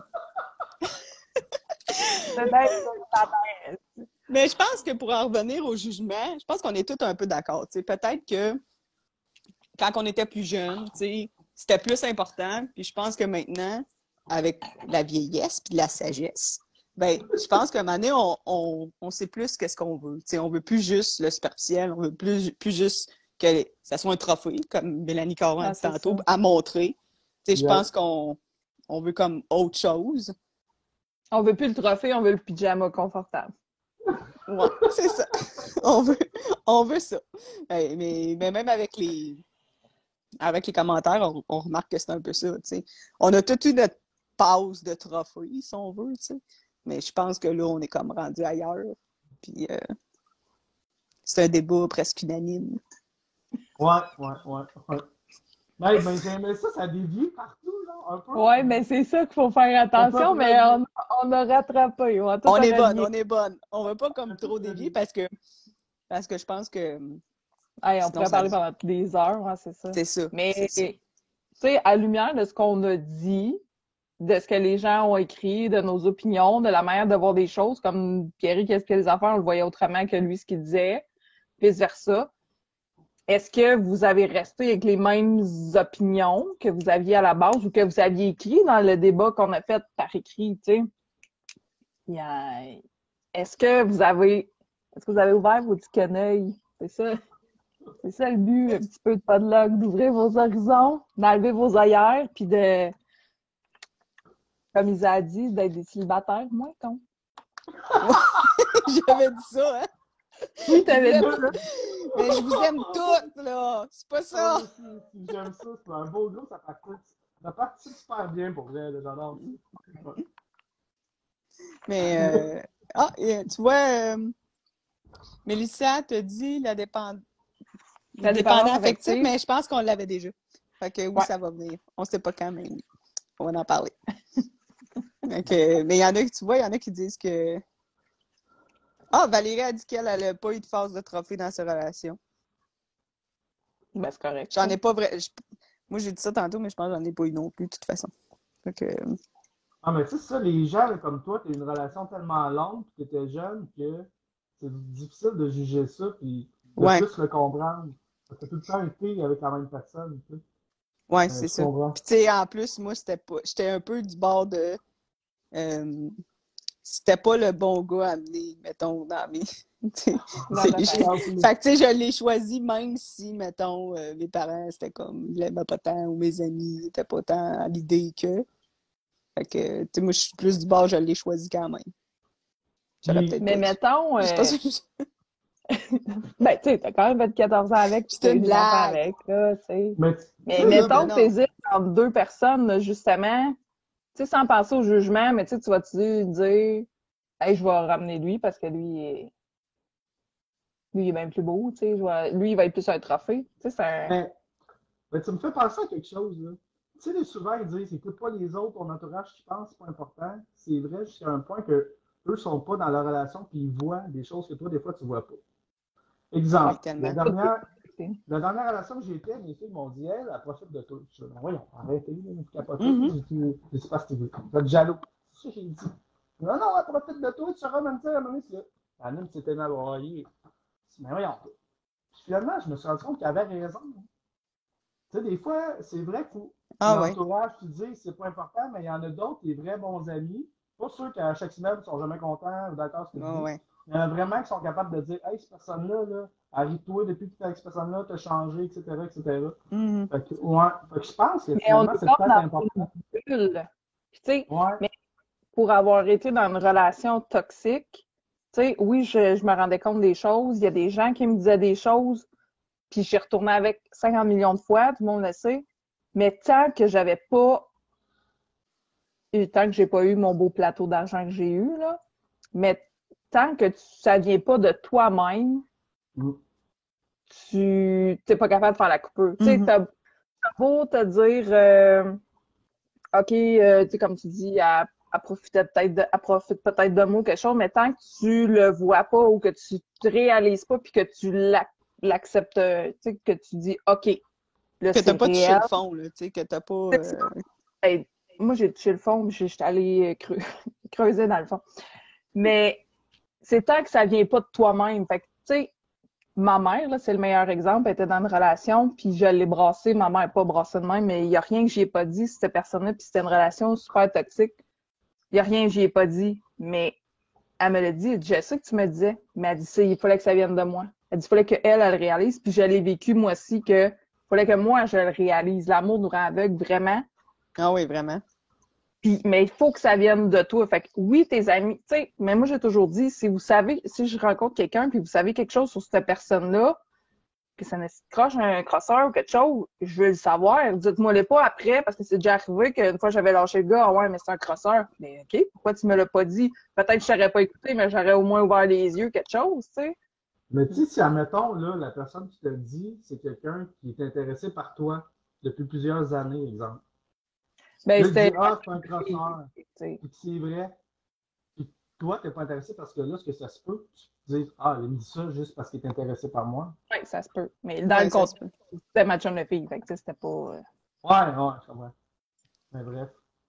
C'est dingue, ça, ta mère. mais je pense que pour en revenir au jugement, je pense qu'on est tous un peu d'accord. Tu sais, peut-être que quand on était plus jeune, tu sais, c'était plus important. Puis je pense que maintenant, avec la vieillesse puis la sagesse, ben, je pense qu'à un moment donné, on, on, on sait plus qu'est-ce qu'on veut. Tu sais, on veut plus juste le superficiel, on veut plus, plus juste que ça soit un trophée, comme Mélanie Caron a Ah, dit c'est tantôt, ça. à montrer. Tu sais, je Yeah. pense qu'on on veut comme autre chose. On veut plus le trophée, on veut le pyjama confortable. Ouais, c'est ça. On veut, on veut ça. Ouais, mais, mais même avec les, avec les commentaires, on, on remarque que c'est un peu ça, tu sais. On a toute une pause de trophée, si on veut, tu sais. Mais je pense que là, on est comme rendu ailleurs. Puis euh, c'est un débat presque unanime. Ouais, ouais, ouais, ouais. Mais, mais j'aimais ça, ça dévie partout, là, un peu. Ouais, mais c'est ça qu'il faut faire attention, On peut mais on, on a rattrapé. On, a tout On est bonne, rallié. on est bonne. On veut pas comme trop dévier parce que parce que je pense que Hey, on sinon, pourrait ça- parler pendant des heures, hein, c'est ça. c'est ça. Mais, c'est ça. tu sais, à lumière de ce qu'on a dit, de ce que les gens ont écrit, de nos opinions, de la manière de voir des choses, comme Pierre, qu'est-ce que les affaires, on le voyait autrement que lui, ce qu'il disait, vice-versa. Est-ce que vous avez resté avec les mêmes opinions que vous aviez à la base ou que vous aviez écrit dans le débat qu'on a fait par écrit, tu sais? Il y a... Est-ce que vous avez est-ce que vous avez ouvert vos petits quenouilles? C'est ça. C'est ça le but, un petit peu de podlog, d'ouvrir vos horizons, d'enlever vos ailleurs, puis de, comme ils ont dit, d'être des célibataires moins cons. J'avais dit ça, hein? Oui, t'avais dit ça. Mais je vous aime toutes, là. C'est pas ça. Ah, si, si, j'aime ça, c'est un beau gros, ça participe, ça participe super bien pour vrai, là, j'adore ça. Ouais. Mais, euh... ah, et tu vois, euh... Mélissa te dit la dépendance. La Dépendant dépendance affectif, affective. mais je pense qu'on l'avait déjà. Fait que oui, Ouais. ça va venir. On sait pas quand, mais oui. On va en parler. Fait que, mais il y en a, tu vois, il y en a qui disent que. Ah, Valérie a dit qu'elle n'a pas eu de phase de trophée dans sa relation. Ben, c'est correct. J'en ai pas vrai. je- Moi, j'ai dit ça tantôt, mais je pense que j'en ai pas eu non plus, de toute façon. Fait que. Ah, mais tu sais, ça, les gens là, comme toi, t'as une relation tellement longue, puis t'étais jeune, que c'est difficile de juger ça, puis de Ouais. plus le comprendre. Parce que t'as tout le temps été avec la même personne, tu sais. Ouais, Euh, c'est je ça. comprends. Puis, tu sais, en plus, moi, c'était pas. J'étais un peu du bord de. euh, C'était pas le bon gars à amener, mettons, dans mes. tu sais, Dans c'est- ta j'ai- famille. Fait que, tu sais, je l'ai choisi même si, mettons, euh, mes parents, c'était comme, ils l'aimaient pas tant, ou mes amis n'étaient pas tant à l'idée que. Fait que, tu sais, moi, je suis plus du bord, je l'ai choisi quand même. J'aurais Puis- peut-être Mais pas dû. mettons, Je sais euh, pas si- ben, tu sais, t'as quand même vingt-quatorze ans avec, puis C'est t'as eu une des enfants blague. avec, là, tu sais. Mais, tu Mais sais, là, mais mettons non. que t'hésites entre deux personnes, là, justement, tu sais, sans penser au jugement, mais tu sais, tu vas-tu dire, hey, je vais ramener lui parce que lui, il est, lui, il est même plus beau, tu sais, je vais- lui, il va être plus un trophée. Tu sais, c'est un... mais, mais tu me fais penser à quelque chose, là. Tu sais, les- souvent, ils disent, écoute pas les autres, ton entourage, tu penses, c'est pas important. C'est vrai jusqu'à un point que eux sont pas dans leur relation, puis ils voient des choses que toi, des fois, tu vois pas. Exemple, Ouais, tellement. la dernière, la dernière relation que j'ai été, mes filles m'ont dit, elle, elle profite de toi. Je dis, ben voyons, arrêtez, là, vous capotez. Mhm. J'ai dit, je sais pas si vous êtes jaloux. C'est ça que j'ai dit. Non, non, elle profite de toi, tu seras même ça, à un moment donné, c'est là. La même s'était envoyée. Mais voyons. Puis finalement, je me suis rendu compte qu'elle avait raison. Tu sais, des fois, c'est vrai que Ah ouais. l'entourage, tu dis, c'est pas important, mais il y en a d'autres, des vrais bons amis. Pas ceux qu'à chaque semaine, ils sont jamais contents ou d'accord avec ce que tu Ah dis. ouais. Il y en a vraiment qui sont capables de dire, hey, cette personne-là, là, arrive-toi depuis que tu es avec cette personne-là, t'as changé, et cetera, et cetera. Mhm. Fait que, ouais. Fait que je pense que Mais on finalement, est c'est comme peut-être dans important. une bulle. Puis, tu sais, Ouais. mais pour avoir été dans une relation toxique, tu sais, oui, je, je me rendais compte des choses. Il y a des gens qui me disaient des choses, puis j'y retournais avec cinquante millions de fois, tout le monde le sait. Mais tant que j'avais pas eu, tant que j'ai pas eu mon beau plateau d'argent que j'ai eu, là, mais tant que tu, ça vient pas de toi-même, Mm. tu t'es pas capable de faire la coupure. Tu sais, Mhm. t'as t'as beau te dire, euh, OK, euh, tu sais, comme tu dis, elle, elle profitait peut-être de, elle profite peut-être de mots, quelque chose, mais tant que tu le vois pas ou que tu te réalises pas puis que tu l'ac- l'acceptes, euh, tu sais, que tu dis OK, là, Que c'est t'as pas touché réel. le fond, là, tu sais, que t'as pas... C'est ça. euh, Hey, moi, j'ai touché le fond, puis j'étais allée creu- creuser dans le fond. Mais c'est tant que ça vient pas de toi-même. Fait que, tu sais, ma mère, là, c'est le meilleur exemple, elle était dans une relation, puis je l'ai brassée. Ma mère n'est pas brassée de même, mais il n'y a rien que j'y ai pas dit, cette personne-là, puis c'était une relation super toxique. Il n'y a rien que j'y ai pas dit, mais elle me l'a dit. Elle dit, je sais que tu me disais, mais elle dit, c'est, il fallait que ça vienne de moi. Elle dit, il fallait qu'elle, elle le réalise, puis je l'ai vécu, moi aussi, que il fallait que moi, je le réalise. L'amour nous rend aveugles, vraiment. Ah oui, vraiment. Puis, mais il faut que ça vienne de toi. Fait que oui, tes amis, tu sais, mais moi, j'ai toujours dit, si vous savez, si je rencontre quelqu'un, puis vous savez quelque chose sur cette personne-là, que ça croche un crosseur ou quelque chose, je veux le savoir. Dites-moi le pas après, parce que c'est déjà arrivé qu'une fois j'avais lâché le gars, ah ouais, mais c'est un crosseur. Mais OK, pourquoi tu me l'as pas dit? Peut-être que je t'aurais pas écouté, mais j'aurais au moins ouvert les yeux, quelque chose, tu sais. Mais tu sais, si, admettons, là, la personne qui te le dit, c'est quelqu'un qui est intéressé par toi depuis plusieurs années, exemple. Ben, Là, il dit, c'était. ah, c'est un crosseur. Tu sais. Puis que c'est vrai. Puis toi, tu n'es pas intéressé parce que là, ce que ça se peut, tu te dis, ah, il me dit ça juste parce qu'il est intéressé par moi. Ouais, ça se peut. Mais dans Ouais, le ça se contexte, c'était ma chum de fille. Fait que, tu sais, c'était pas. euh, Ouais, ouais, je comprends. Mais bref.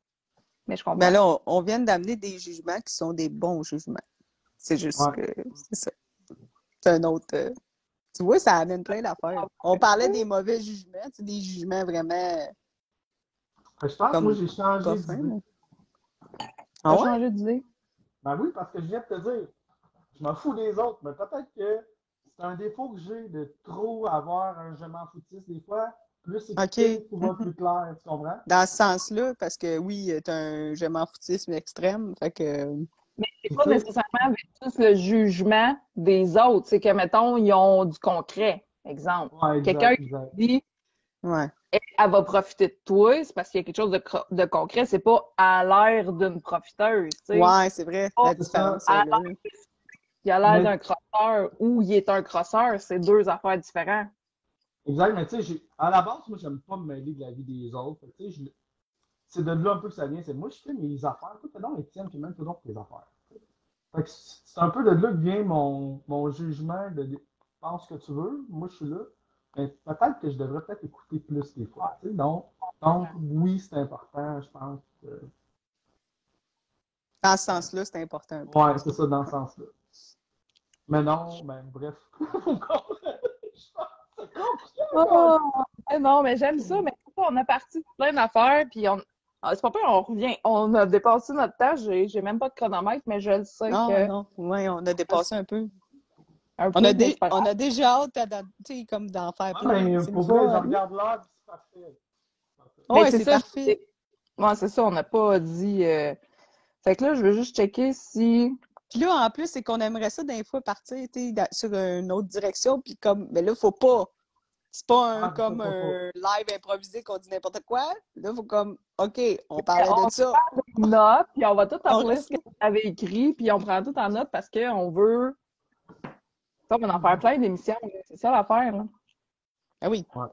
Mais je comprends. Ben là, on, on vient d'amener des jugements qui sont des bons jugements. C'est juste Ouais. que c'est ça. C'est un autre. euh, Tu vois, ça amène plein d'affaires. On parlait des mauvais jugements, tu sais, des jugements vraiment Fait que je pense que comme moi, j'ai changé pas fins. d'idée. là. T'as Ah ouais? changé d'idée? Ben oui, parce que je viens de te dire, je m'en fous des autres, mais peut-être que c'est un défaut que j'ai de trop avoir un je m'en foutiste des fois. Plus écouter, OK. tout va Mhm. plus clair, tu comprends? Dans ce sens-là, parce que oui, t'as un je m'en foutisme extrême. Fait que. Mais c'est Puis pas tu sais, nécessairement versus le jugement des autres. C'est que, mettons, ils ont du concret. Exemple. ouais, Quelqu'un exact, qui exact. dit, Ouais. elle, elle va profiter de toi, c'est parce qu'il y a quelque chose de, cro- de concret. C'est pas à l'air d'une profiteuse, tu sais. Ouais, c'est vrai. Oh, La C'est ça. différence est là. Il a l'air Mais- d'un crosseur ou il est un crosseur. C'est deux affaires différentes. Exact, mais tu sais, j'ai- à la base, moi, j'aime pas me mêler de la vie des autres. Fait que, tu sais, je- c'est de là un peu que ça vient. C'est moi, je fais mes affaires. Toi, fais donc les tiennes, puis même toi donc tes affaires. Fait que c'est un peu de là que vient mon, mon jugement de de- pense ce que tu veux. Moi, je suis là. Mais peut-être que je devrais peut-être écouter plus des fois. Tu sais, donc, donc, oui, c'est important, je pense. que- Dans ce sens-là, c'est important un peu. Ouais, c'est ça, dans ce sens-là. Mais non, ben, bref. Vous comprenez? Je pense que c'est compliqué. Oh, eh non, mais j'aime ça. Mais on a parti de plein d'affaires, puis on. Ah, c'est pas peur, on revient. On a dépassé notre temps. J'ai j'ai même pas de chronomètre, mais je le sais Non, que. non. Ouais, on a dépassé un peu. Un On peu, a, mais dé- c'est pas on grave. a déjà hâte à, dans- tu sais, comme d'en faire Ah, plein. mais C'est le pour vrai, je fun. regarde l'heure, puis c'est parfait. Parfait. Mais Ouais, c'est c'est ça, parfait. c'est- ouais, c'est ça, on n'a pas dit. euh, Fait que là, je veux juste checker si. Puis là, en plus, c'est qu'on aimerait ça des fois partir, tu sais, dans- sur une autre direction. Puis comme, mais là, faut pas. C'est pas un, Ah, c'est ça, comme faut pas. un live improvisé qu'on dit n'importe quoi. Là, faut comme, OK, on parlait On de ça. se note, puis on va tout On appeler reste ce que vous avez écrit, puis on prend tout en note parce qu'on veut. Ça, on va en faire plein d'émissions. là. C'est ça l'affaire. Là. Ah oui. Ouais.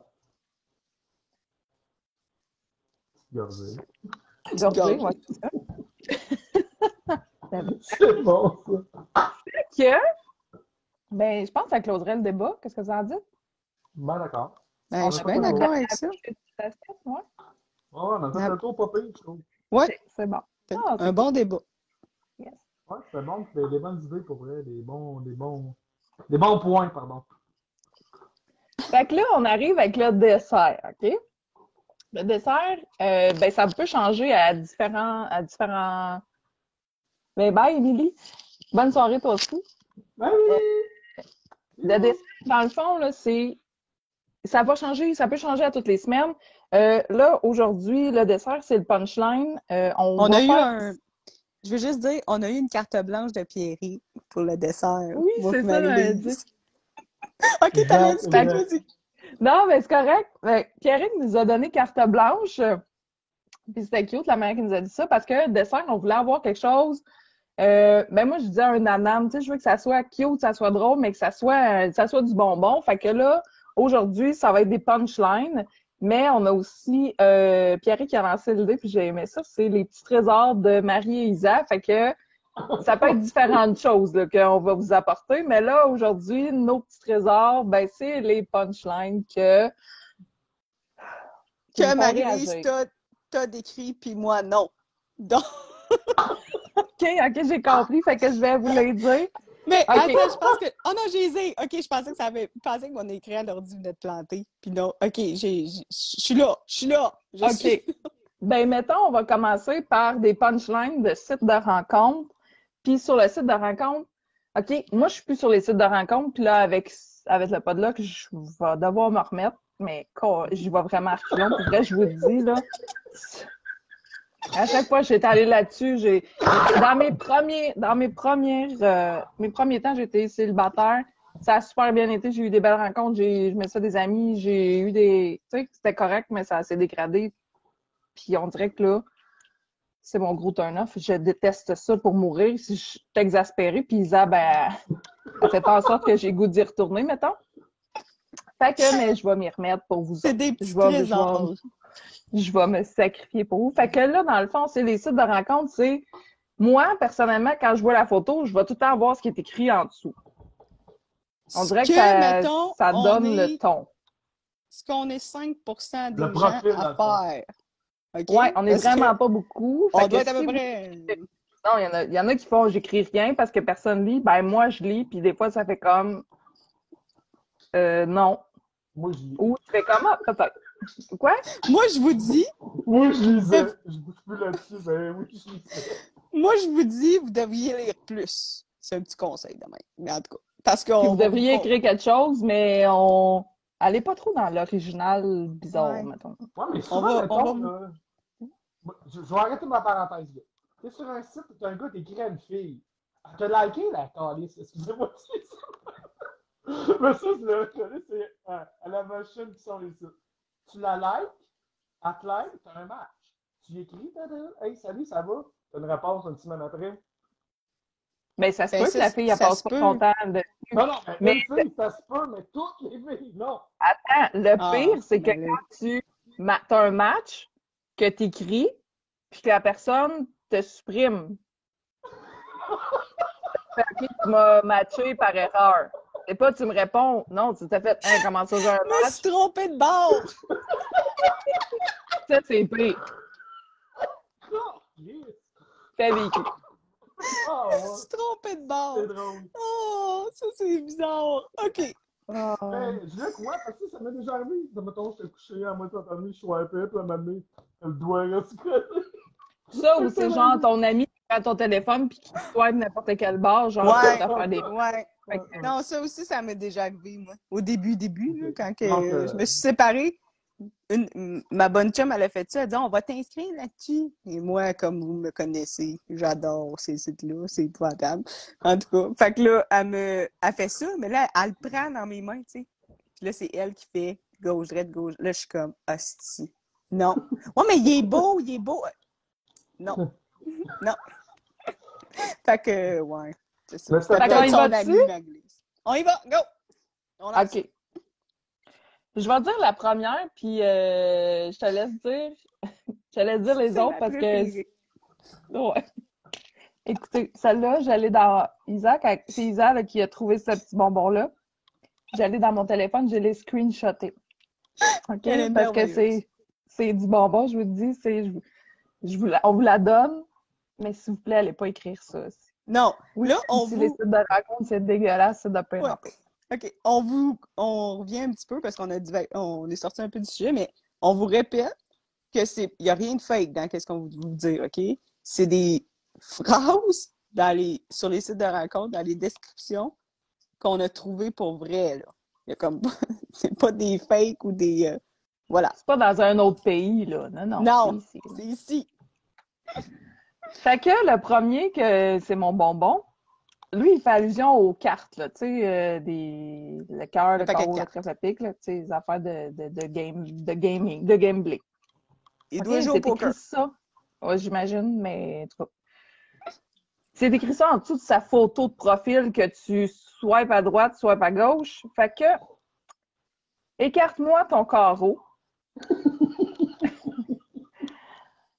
Regardez. Gorgé, gorgée. ouais, c'est ça. C'est bon, ça. Que, ben, je pense que ça closerait le débat. Qu'est-ce que ça en dit? Ben, d'accord. Ben, On je a suis fait bien le tour. d'accord avec ça. Ouais, Ouais, on a fait Ah. le tour, pas pire, je trouve. Ouais, c'est bon. c'est Ah, un bon débat. Ouais, c'était bon, c'était des bonnes idées pour vrai, des bons, des bons, des bons points, pardon. Fait que là, on arrive avec le dessert, OK? Le dessert, euh, ben, ça peut changer à différents, à différents... Ben, bye, Émilie. Bonne soirée, toi aussi. Ben oui! Le dessert, dans le fond, là, c'est... Ça va changer, ça peut changer à toutes les semaines. Euh, là, aujourd'hui, le dessert, c'est le punchline. Euh, on On va a eu faire... un. Je veux juste dire, on a eu une carte blanche de Pierry pour le dessert. Oui, Moi c'est puis ça, Marie-Lise. j'avais dit. OK, t'avais dit, Exact, t'avais exact. dit. Non, mais c'est correct. Ben, Pierrick nous a donné carte blanche. Puis c'était cute, la mère qui nous a dit ça, parce que le dessert, on voulait avoir quelque chose. Euh, ben moi, je disais un anam, tu sais, je veux que ça soit cute, que ça soit drôle, mais que ça soit, euh, ça soit du bonbon. Fait que là, aujourd'hui, ça va être des punchlines. Mais on a aussi euh, Pierre qui a lancé l'idée, puis j'ai aimé ça, c'est les petits trésors de Marie et Isa. Fait que ça peut être différentes choses là, qu'on va vous apporter. Mais là, aujourd'hui, nos petits trésors, ben, c'est les punchlines que. qui me Que font Marie-Lise réagir. t'a t'a décrit, puis moi, non. Donc, OK, OK, j'ai compris. Fait que je vais vous les dire. mais Ok. attends, je pense que. Oh non, j'ai les ai. OK, je pensais que ça avait. Je pensais que mon écran à l'ordi venait de planter. Puis non, OK, j'ai. j'ai- Je suis là. Je suis là. Je OK. suis- Ben, mettons, on va commencer par des punchlines de sites de rencontres. Puis sur le site de rencontre, OK, moi, je suis plus sur les sites de rencontre. Puis là, avec, avec le podlock, je vais devoir me remettre. Mais quoi, j'y vais vraiment à reculons. Pour vrai, je vous le dis, là. À chaque fois que j'étais allée là-dessus, j'ai. Dans mes premiers, dans mes premières, euh, mes premiers temps, j'étais célibataire. Ça a super bien été. J'ai eu des belles rencontres. J'ai, je me suis fait des amis. J'ai eu des. Tu sais, c'était correct, mais ça s'est dégradé. Puis on dirait que là, c'est mon gros turn-off. Je déteste ça pour mourir. Si je suis exaspérée, puis Isa, ben, elle fait pas en sorte que j'ai goût d'y retourner, mettons. Fait que, mais je vais m'y remettre pour vous C'est autres. des Je petits vais, je vais- trésors. je vais me sacrifier pour vous. Fait que là, dans le fond, c'est les sites de rencontres, c'est moi, personnellement, quand je vois la photo, je vais tout le temps voir ce qui est écrit en dessous. On dirait que, Que, ça, mettons, ça on donne est- le ton. Ce qu'on est cinq pour cent des Le gens profil, dans à le fond. faire. OK? Ouais, on est Parce que vraiment pas beaucoup. Fait On que doit être à peu si vous- près. Non, il y en a, il y en a qui font j'écris rien parce que personne lit. Ben moi, je lis, puis des fois, ça fait comme euh, non. Moi, je lis. Ou tu fais comme ah, peut-être. Quoi? Moi, je vous dis, Moi, je lisais. Je bouge plus là-dessus, mais oui, je lisais. moi, je vous dis, vous devriez lire plus. C'est un petit conseil de même. Mais en tout cas. Parce Puis qu'on vous va devriez vous- écrire quelque chose, mais on. Allez pas trop dans l'original bizarre, Ouais. mettons. Ouais, mais On souvent, va- mettons, on là, moi, je, je vais arrêter ma parenthèse, là. T'es sur un site, t'as un gars qui écrit à une fille. Elle t'a liké, la calice, excusez-moi, c'est ça. Mais ça, c'est le connais, c'est euh, à la machine qui sont les sites. Tu la likes, elle te like, t'as un match. Tu y écris, t'as dit, hey, salut, ça va? T'as une réponse une semaine après. Mais ça se Ben, peut ça- que la fille, elle ça passe se pas peut. son temps de. Non, non, mais, Mais- une fille, ça se peut, mais toutes les filles, non. Attends, le Ah, pire, c'est que ben là. quand tu ma- as un match, que tu écris, puis que la personne te supprime. Fait que tu m'as matché par erreur. C'est pas tu me réponds. Non, tu t'as fait hein, comment ça j'ai un Je me match? suis trompée de bord! Ça, c'est pire. Oh, yes. T'as vécu. Ah, Je me ouais, suis trompée de bord! c'est drôle. Oh, ça, c'est bizarre. OK. Ah. Mais je le crois, parce que ça m'est déjà arrivé. De mettons, j'étais couché à moitié endormi, je swipais, puis à un moment donné, le doigt reste collé. Ça, ou c'est genre ton ami qui prend ton téléphone puis qui swipe n'importe quel bar, genre Ouais. pour te faire des. Ouais. Ouais, ouais. Non, ça aussi, ça m'est déjà arrivé, moi. Au début, début, là, quand que, Donc, euh, je me suis séparée, une, m- ma bonne chum, elle a fait ça. Elle a dit, on va t'inscrire là-dessus. Et moi, comme vous me connaissez, j'adore ces sites-là. C'est épouvantable. En tout cas. Fait que là, elle me, elle fait ça, mais là, elle le prend dans mes mains, tu sais. Puis là, c'est elle qui fait gauche, droite, gauche. Là, je suis comme, hostie. Non. Ouais, mais il est beau, il est beau. Non. Non. Fait que, ouais. C'est ça. Mais C'était c'est- Fait qu'on y peut-être son va-tu? ami, Maglise. On y va, go! On lance. OK. Je vais dire la première, puis euh, je te laisse dire. Je te laisse dire les C'est autres ma parce que. préférée. Ouais. Écoutez, celle-là, j'allais dans Isaac, avec- c'est Isa là, qui a trouvé ce petit bonbon-là. J'allais dans mon téléphone, je l'ai screenshoté. OK? Elle est Parce que merveilleuse. c'est, c'est du bonbon, je vous dis, c'est, je, vous- je vous la- on vous la donne, mais s'il vous plaît, allez pas écrire ça. Non. Oui, Là, on si les vous... sites de rencontres, c'est dégueulasse, c'est de pire Ouais. en pire. OK. On vous... On revient un petit peu parce qu'on a diva- on est sorti un peu du sujet, mais on vous répète que c'est... Il n'y a rien de fake dans qu'est-ce qu'on va vous dire, OK? C'est des phrases dans les... sur les sites de rencontres, dans les descriptions qu'on a trouvées pour vrai, là. Il y a comme... c'est pas des fakes ou des... euh, Voilà. C'est pas dans un autre pays, là. Non, non. Non. c'est ici, là. C'est ici. Fait que le premier, que c'est mon bonbon, lui, il fait allusion aux cartes, là, tu sais, euh, des... le cœur, Le le paquet de carreau, le cartes. trèfle à pique, là, tu sais, les affaires de, de, de, game, de gaming, de gameplay. Il Ok, doit jouer au c'est poker. écrit ça. Ouais, j'imagine, mais en tout cas. C'est écrit ça en dessous de sa photo de profil que tu swipes à droite, swipes à gauche. Fait que, écarte-moi ton carreau.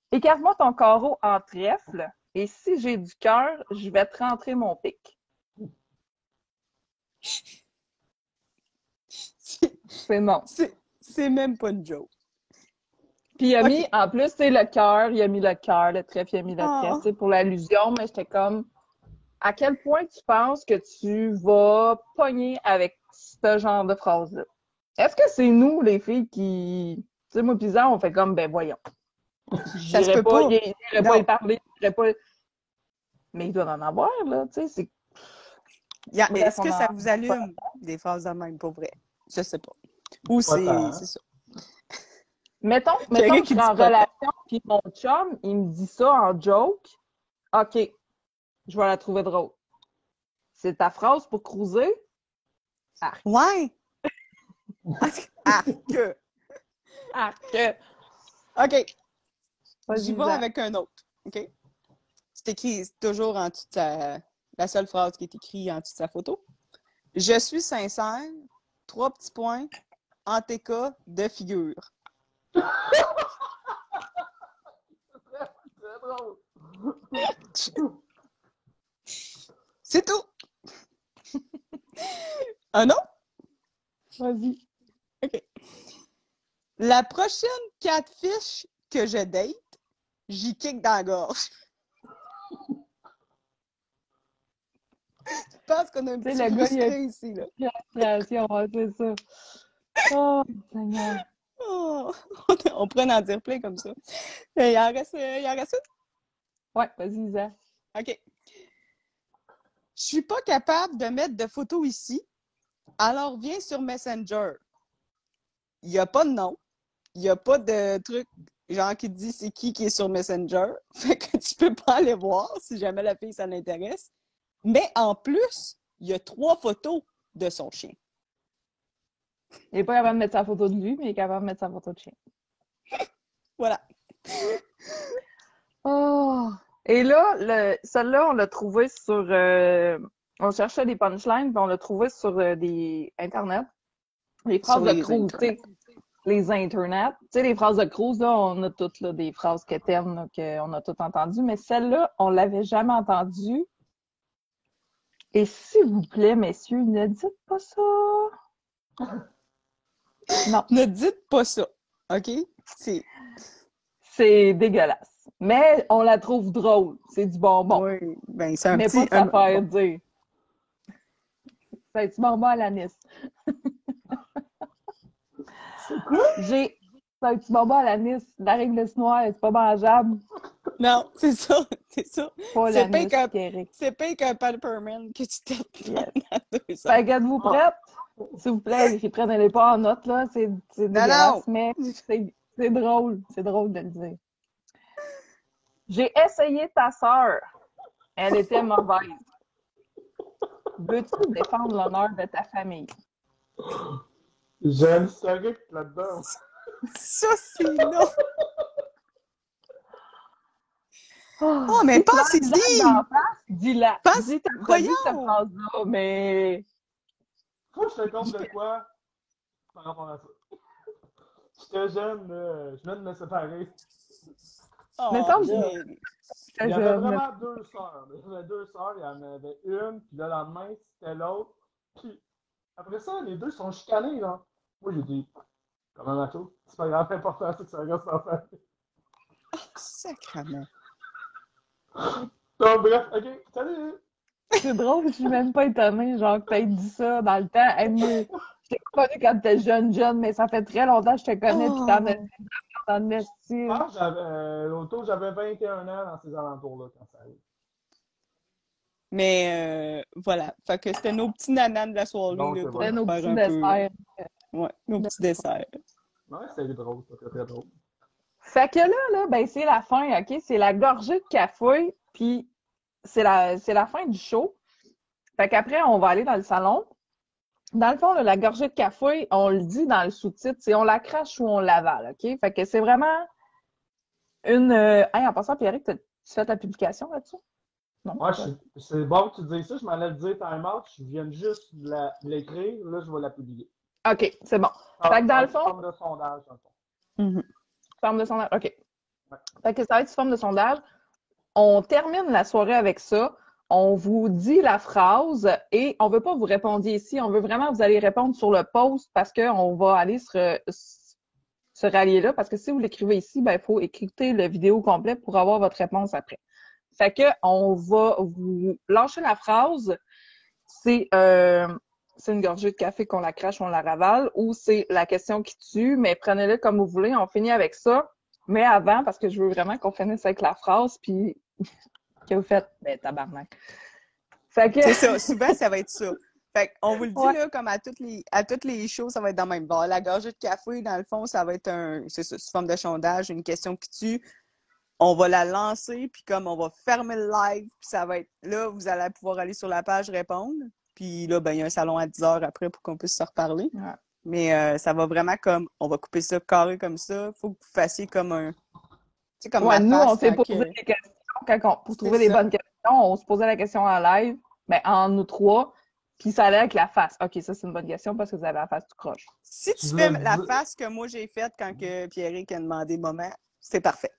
Écarte-moi ton carreau en trèfle, et si j'ai du cœur, je vais te rentrer mon pic. C'est- C'est non. C'est c'est même pas une joke. Puis il a Ok. mis, en plus, c'est le cœur, il a mis le cœur, le trèfle, il a mis le Oh. trèfle, tu sais, pour l'allusion, mais j'étais comme, à quel point tu penses que tu vas pogner avec ce genre de phrase-là? Est-ce que c'est nous, les filles, qui, tu sais, moi, bizarre, on fait comme, ben voyons. Ça se J'irais peut pas, pas. j'irais Non. pas y parler, j'irais pas... Mais il doit en avoir, là, tu sais, c'est... Y a- Bref, Est-ce que on ça en- vous allume des phrases de même, pour vrai? Je sais pas. Ou c'est tant. c'est ça. Mettons, Quelqu'un mettons que qui je suis en dit pas tant. relation, puis mon chum, il me dit ça en joke. OK, je vais la trouver drôle. C'est ta phrase pour cruiser? Ouais. Ah, que. Ah, que... OK. Vas-y, J'y vais Zach. avec un autre. OK? C'est écrit toujours en dessous de sa... La seule phrase qui est écrite en dessous de sa photo. Je suis sincère. Trois petits points. En T K de figure. Très drôle. C'est tout. Un autre? Vas-y. OK. La prochaine catfish que je date, j'y kick dans la gorge. Je pense qu'on a un Tu sais, petit le gars, il a frustré ici, là. frustration, ouais, c'est ça. Oh, Seigneur. Oh, on pourrait en dire plein comme ça. Il en reste, il en reste une? Ouais, vas-y, Zach. OK. Je suis pas capable de mettre de photos ici, alors viens sur Messenger. Il n'y a pas de nom. Il n'y a pas de truc genre qui te dit c'est qui qui est sur Messenger. Fait que tu peux pas aller voir si jamais la fille ça l'intéresse. Mais en plus, il y a trois photos de son chien. Il n'est pas capable de mettre sa photo de lui, mais il est capable de mettre sa photo de chien. Voilà. Oh! Et là, le, celle-là, on l'a trouvé sur... euh, on cherchait des punchlines, puis on l'a trouvé sur euh, des Internet. Les phrases Sur de les cruise, tu sais. Les Internet. Tu sais, les phrases de cruise, là, on a toutes là, des phrases que t'aimes, là, qu'on a toutes entendues, mais celle-là, on l'avait jamais entendue. Et s'il vous plaît, messieurs, ne dites pas ça! Non, Ne dites pas ça. OK? C'est. c'est dégueulasse. Mais on la trouve drôle. C'est du bonbon. Oui. Ben, c'est un Mais petit. pas de un- faire dire. C'est un petit bonbon à l'anis. C'est quoi? J'ai... C'est un petit bonbon à l'anis. La réglisse noire, c'est pas mangeable. Non, c'est ça. C'est ça. Pas C'est l'anis, pas qu'un- Pierrick. C'est pas qu'un peppermint que tu tapes Yes. pendant deux heures. Fait que êtes-vous prêtes? S'il vous plaît, les filles, prenez-les pas en note, là. C'est, c'est Non, dégueulasse, non. mais c'est, c'est drôle. C'est drôle de le dire. J'ai essayé ta sœur. Elle était mauvaise. Veux-tu défendre l'honneur de ta famille? J'ai un historique là-dedans. Ça, c'est non. Oh, mais pensez-y! Dans la face, dis-la. Pense- Dis, t'as pas voyons. dit cette phrase-là, mais... Faut que je te compte de quoi par rapport à ça. J'étais jeune, là, je viens de me séparer. Oh, Mais semble- bien. Il y avait Je- vraiment deux sœurs. Il y avait deux sœurs, il y en avait une, puis le lendemain, c'était l'autre. Puis après ça, les deux sont chicanés, là. Moi, j'ai dit, comme un macho, c'est pas grave, l'important, c'est que ça reste en famille. Sacrement. Donc, bref, ok, salut! C'est drôle, je suis même pas étonnée, genre, que t'aies dit ça dans le temps. Hey, moi, je t'ai connu quand t'étais jeune, jeune, mais ça fait très longtemps que je te connais, pis t'en as dit dans le Je style. pense que j'avais, euh, autour, j'avais vingt et un ans dans ces alentours-là, quand ça arrive. Mais euh, voilà. Fait que c'était nos petits nanas de la soirée. Donc, là, c'est pour voilà. C'était nos faire petits un peu- desserts. Ouais, nos petits desserts. Ouais, c'était drôle, c'était très drôle. Fait que là, là, ben, c'est la fin, OK? C'est la gorgée de café, puis c'est la, c'est la fin du show. Fait qu'après, on va aller dans le salon. Dans le fond, là, la gorgée de café, on le dit dans le sous-titre, c'est on la crache ou on l'avale, OK? Fait que c'est vraiment une... Euh... Hey, en passant, Pierrick, t'as- tu fais ta publication là-dessus? Non? Moi, je- c'est bon que tu dises ça, je m'en allais te dire time out, je viens juste de la- de l'écrire, là, je vais la publier. OK, c'est bon. Ah, Fait que dans en le fond- forme de sondage, dans le fond. Mhm. Forme de sondage, OK. Fait que ça va être sous forme de sondage. On termine la soirée avec ça. On vous dit la phrase et on veut pas vous répondre ici. On veut vraiment que vous allez répondre sur le post parce qu'on va aller se, se rallier là. Parce que si vous l'écrivez ici, ben, il faut écouter la vidéo complète pour avoir votre réponse après. Fait que on va vous lâcher la phrase. C'est euh, c'est une gorgée de café qu'on la crache, on la ravale, ou c'est la question qui tue, mais prenez-le comme vous voulez. On finit avec ça. Mais avant, parce que je veux vraiment qu'on finisse avec la phrase, puis que vous faites, ben tabarnak. Fait que... C'est ça, souvent ça va être ça. Fait qu'on vous le dit Ouais. là, comme à toutes les à toutes les shows, ça va être dans le même bar. La gorgée de café, dans le fond, ça va être un, c'est ça, sous forme de sondage, une question qui tue. On va la lancer, puis comme on va fermer le live, puis ça va être là, vous allez pouvoir aller sur la page répondre. Puis là, ben il y a un salon à dix heures après pour qu'on puisse se reparler. Ouais. Mais euh, ça va vraiment comme, on va couper ça carré comme ça. Faut que vous fassiez comme un, tu sais, comme Ouais, ma nous, face on s'est quand posé que- des questions quand on, pour C'est trouver des ça. bonnes questions. On se posait la question en live, mais en nous trois, puis ça allait avec la face. OK, ça, c'est une bonne question parce que vous avez la face tout croche. Si tu Je fais voulais la dire- face que moi j'ai faite quand que Pierrick a demandé moment, c'est parfait.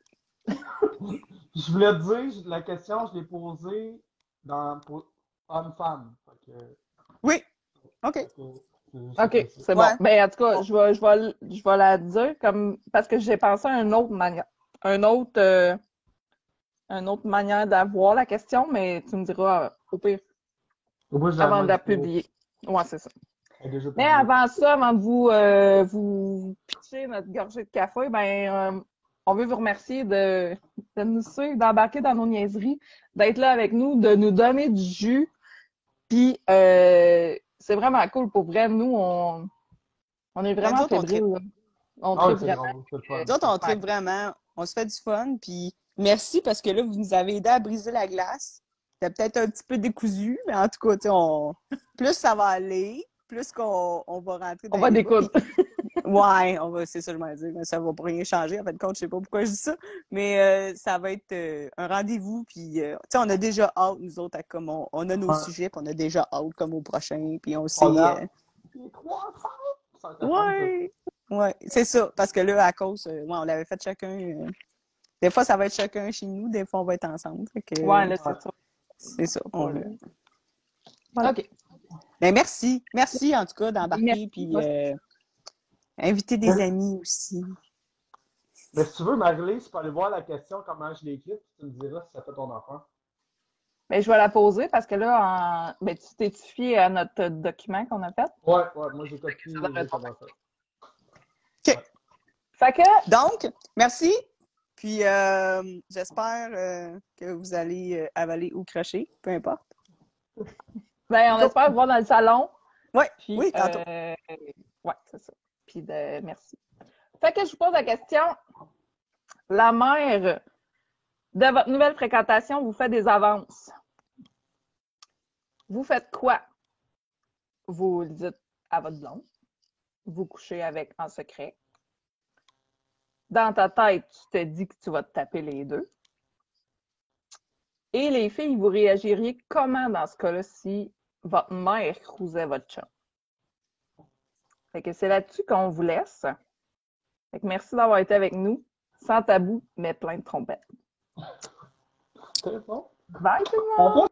Je voulais te dire, la question, je l'ai posée dans, pour homme-femme. Fait que- Oui. OK. fait que c'est juste OK, ça. c'est Ouais. bon. Ben, en tout cas, je vais, je vais, je vais la dire comme parce que j'ai pensé à une autre manière, un autre, euh, une autre manière d'avoir la question, mais tu me diras euh, au pire Au bout, j'ai avant de la demandé- publier. Ouais, c'est ça. Elle est déjà Mais publiée. avant ça, avant de vous, euh, vous pitcher notre gorgée de café, ben, euh, on veut vous remercier de, de nous suivre, d'embarquer dans nos niaiseries, d'être là avec nous, de nous donner du jus. Puis, euh, c'est vraiment cool. Pour vrai, nous, on, on est vraiment nous autres, on fébriles. là. On Ah, oui, tripe c'est vraiment. drôle, c'est le fun. Nous autres, on Ouais. tripe vraiment. On se fait du fun. Puis merci parce que là, vous nous avez aidé à briser la glace. C'était peut-être un petit peu décousu, mais en tout cas, tu sais, on... plus ça va aller, plus qu'on on va rentrer dans On va les débats. découdre. Puis- Ouais, on va, c'est ça, je m'en dire, mais ça va pas rien changer. En fait, compte, je sais pas pourquoi je dis ça, mais euh, ça va être euh, un rendez-vous. Puis, euh, tu sais, on a déjà hâte, nous autres, à, comme on, on a nos Ouais. sujets, puis on a déjà hâte, comme au prochain. Puis on sait. On a euh, les trois femmes. Ça va être le fun, ça. Ouais, ouais, c'est ça. Parce que là, à cause, euh, ouais, on l'avait fait chacun. euh, des fois, ça va être chacun chez nous, des fois, on va être ensemble. Fait que, Ouais, là, c'est ça. c'est ça. on- Voilà. OK. Ben, merci. Merci, en tout cas, d'embarquer. Merci. Puis, euh, inviter des Ouais. amis aussi. Mais si tu veux, Marie-Lise, tu peux aller voir la question, comment je l'ai écrite, puis tu me diras si ça fait ton affaire. Ben, je vais la poser parce que là, en... ben, tu t'es fié à notre document qu'on a fait. Ouais, ouais, moi j'ai copié, Ça devrait j'ai être commencé. Fait que, Donc, merci. Puis, euh, j'espère euh, que vous allez euh, avaler ou cracher, peu importe. ben, on espère vous voir dans le salon. Ouais, Puis, oui, tantôt. euh, ouais, c'est ça. Puis, de, merci. Fait que je vous pose la question. La mère de votre nouvelle fréquentation vous fait des avances. Vous faites quoi? Vous le dites à votre blonde. Vous couchez avec en secret. Dans ta tête, tu te dis que tu vas te taper les deux. Et les filles, vous réagiriez comment dans ce cas-là si votre mère cruisait votre chum? Fait que c'est là-dessus qu'on vous laisse. Fait que merci d'avoir été avec nous. Sans tabou, mais plein de trompettes. C'est bon. Bye tout le monde! On peut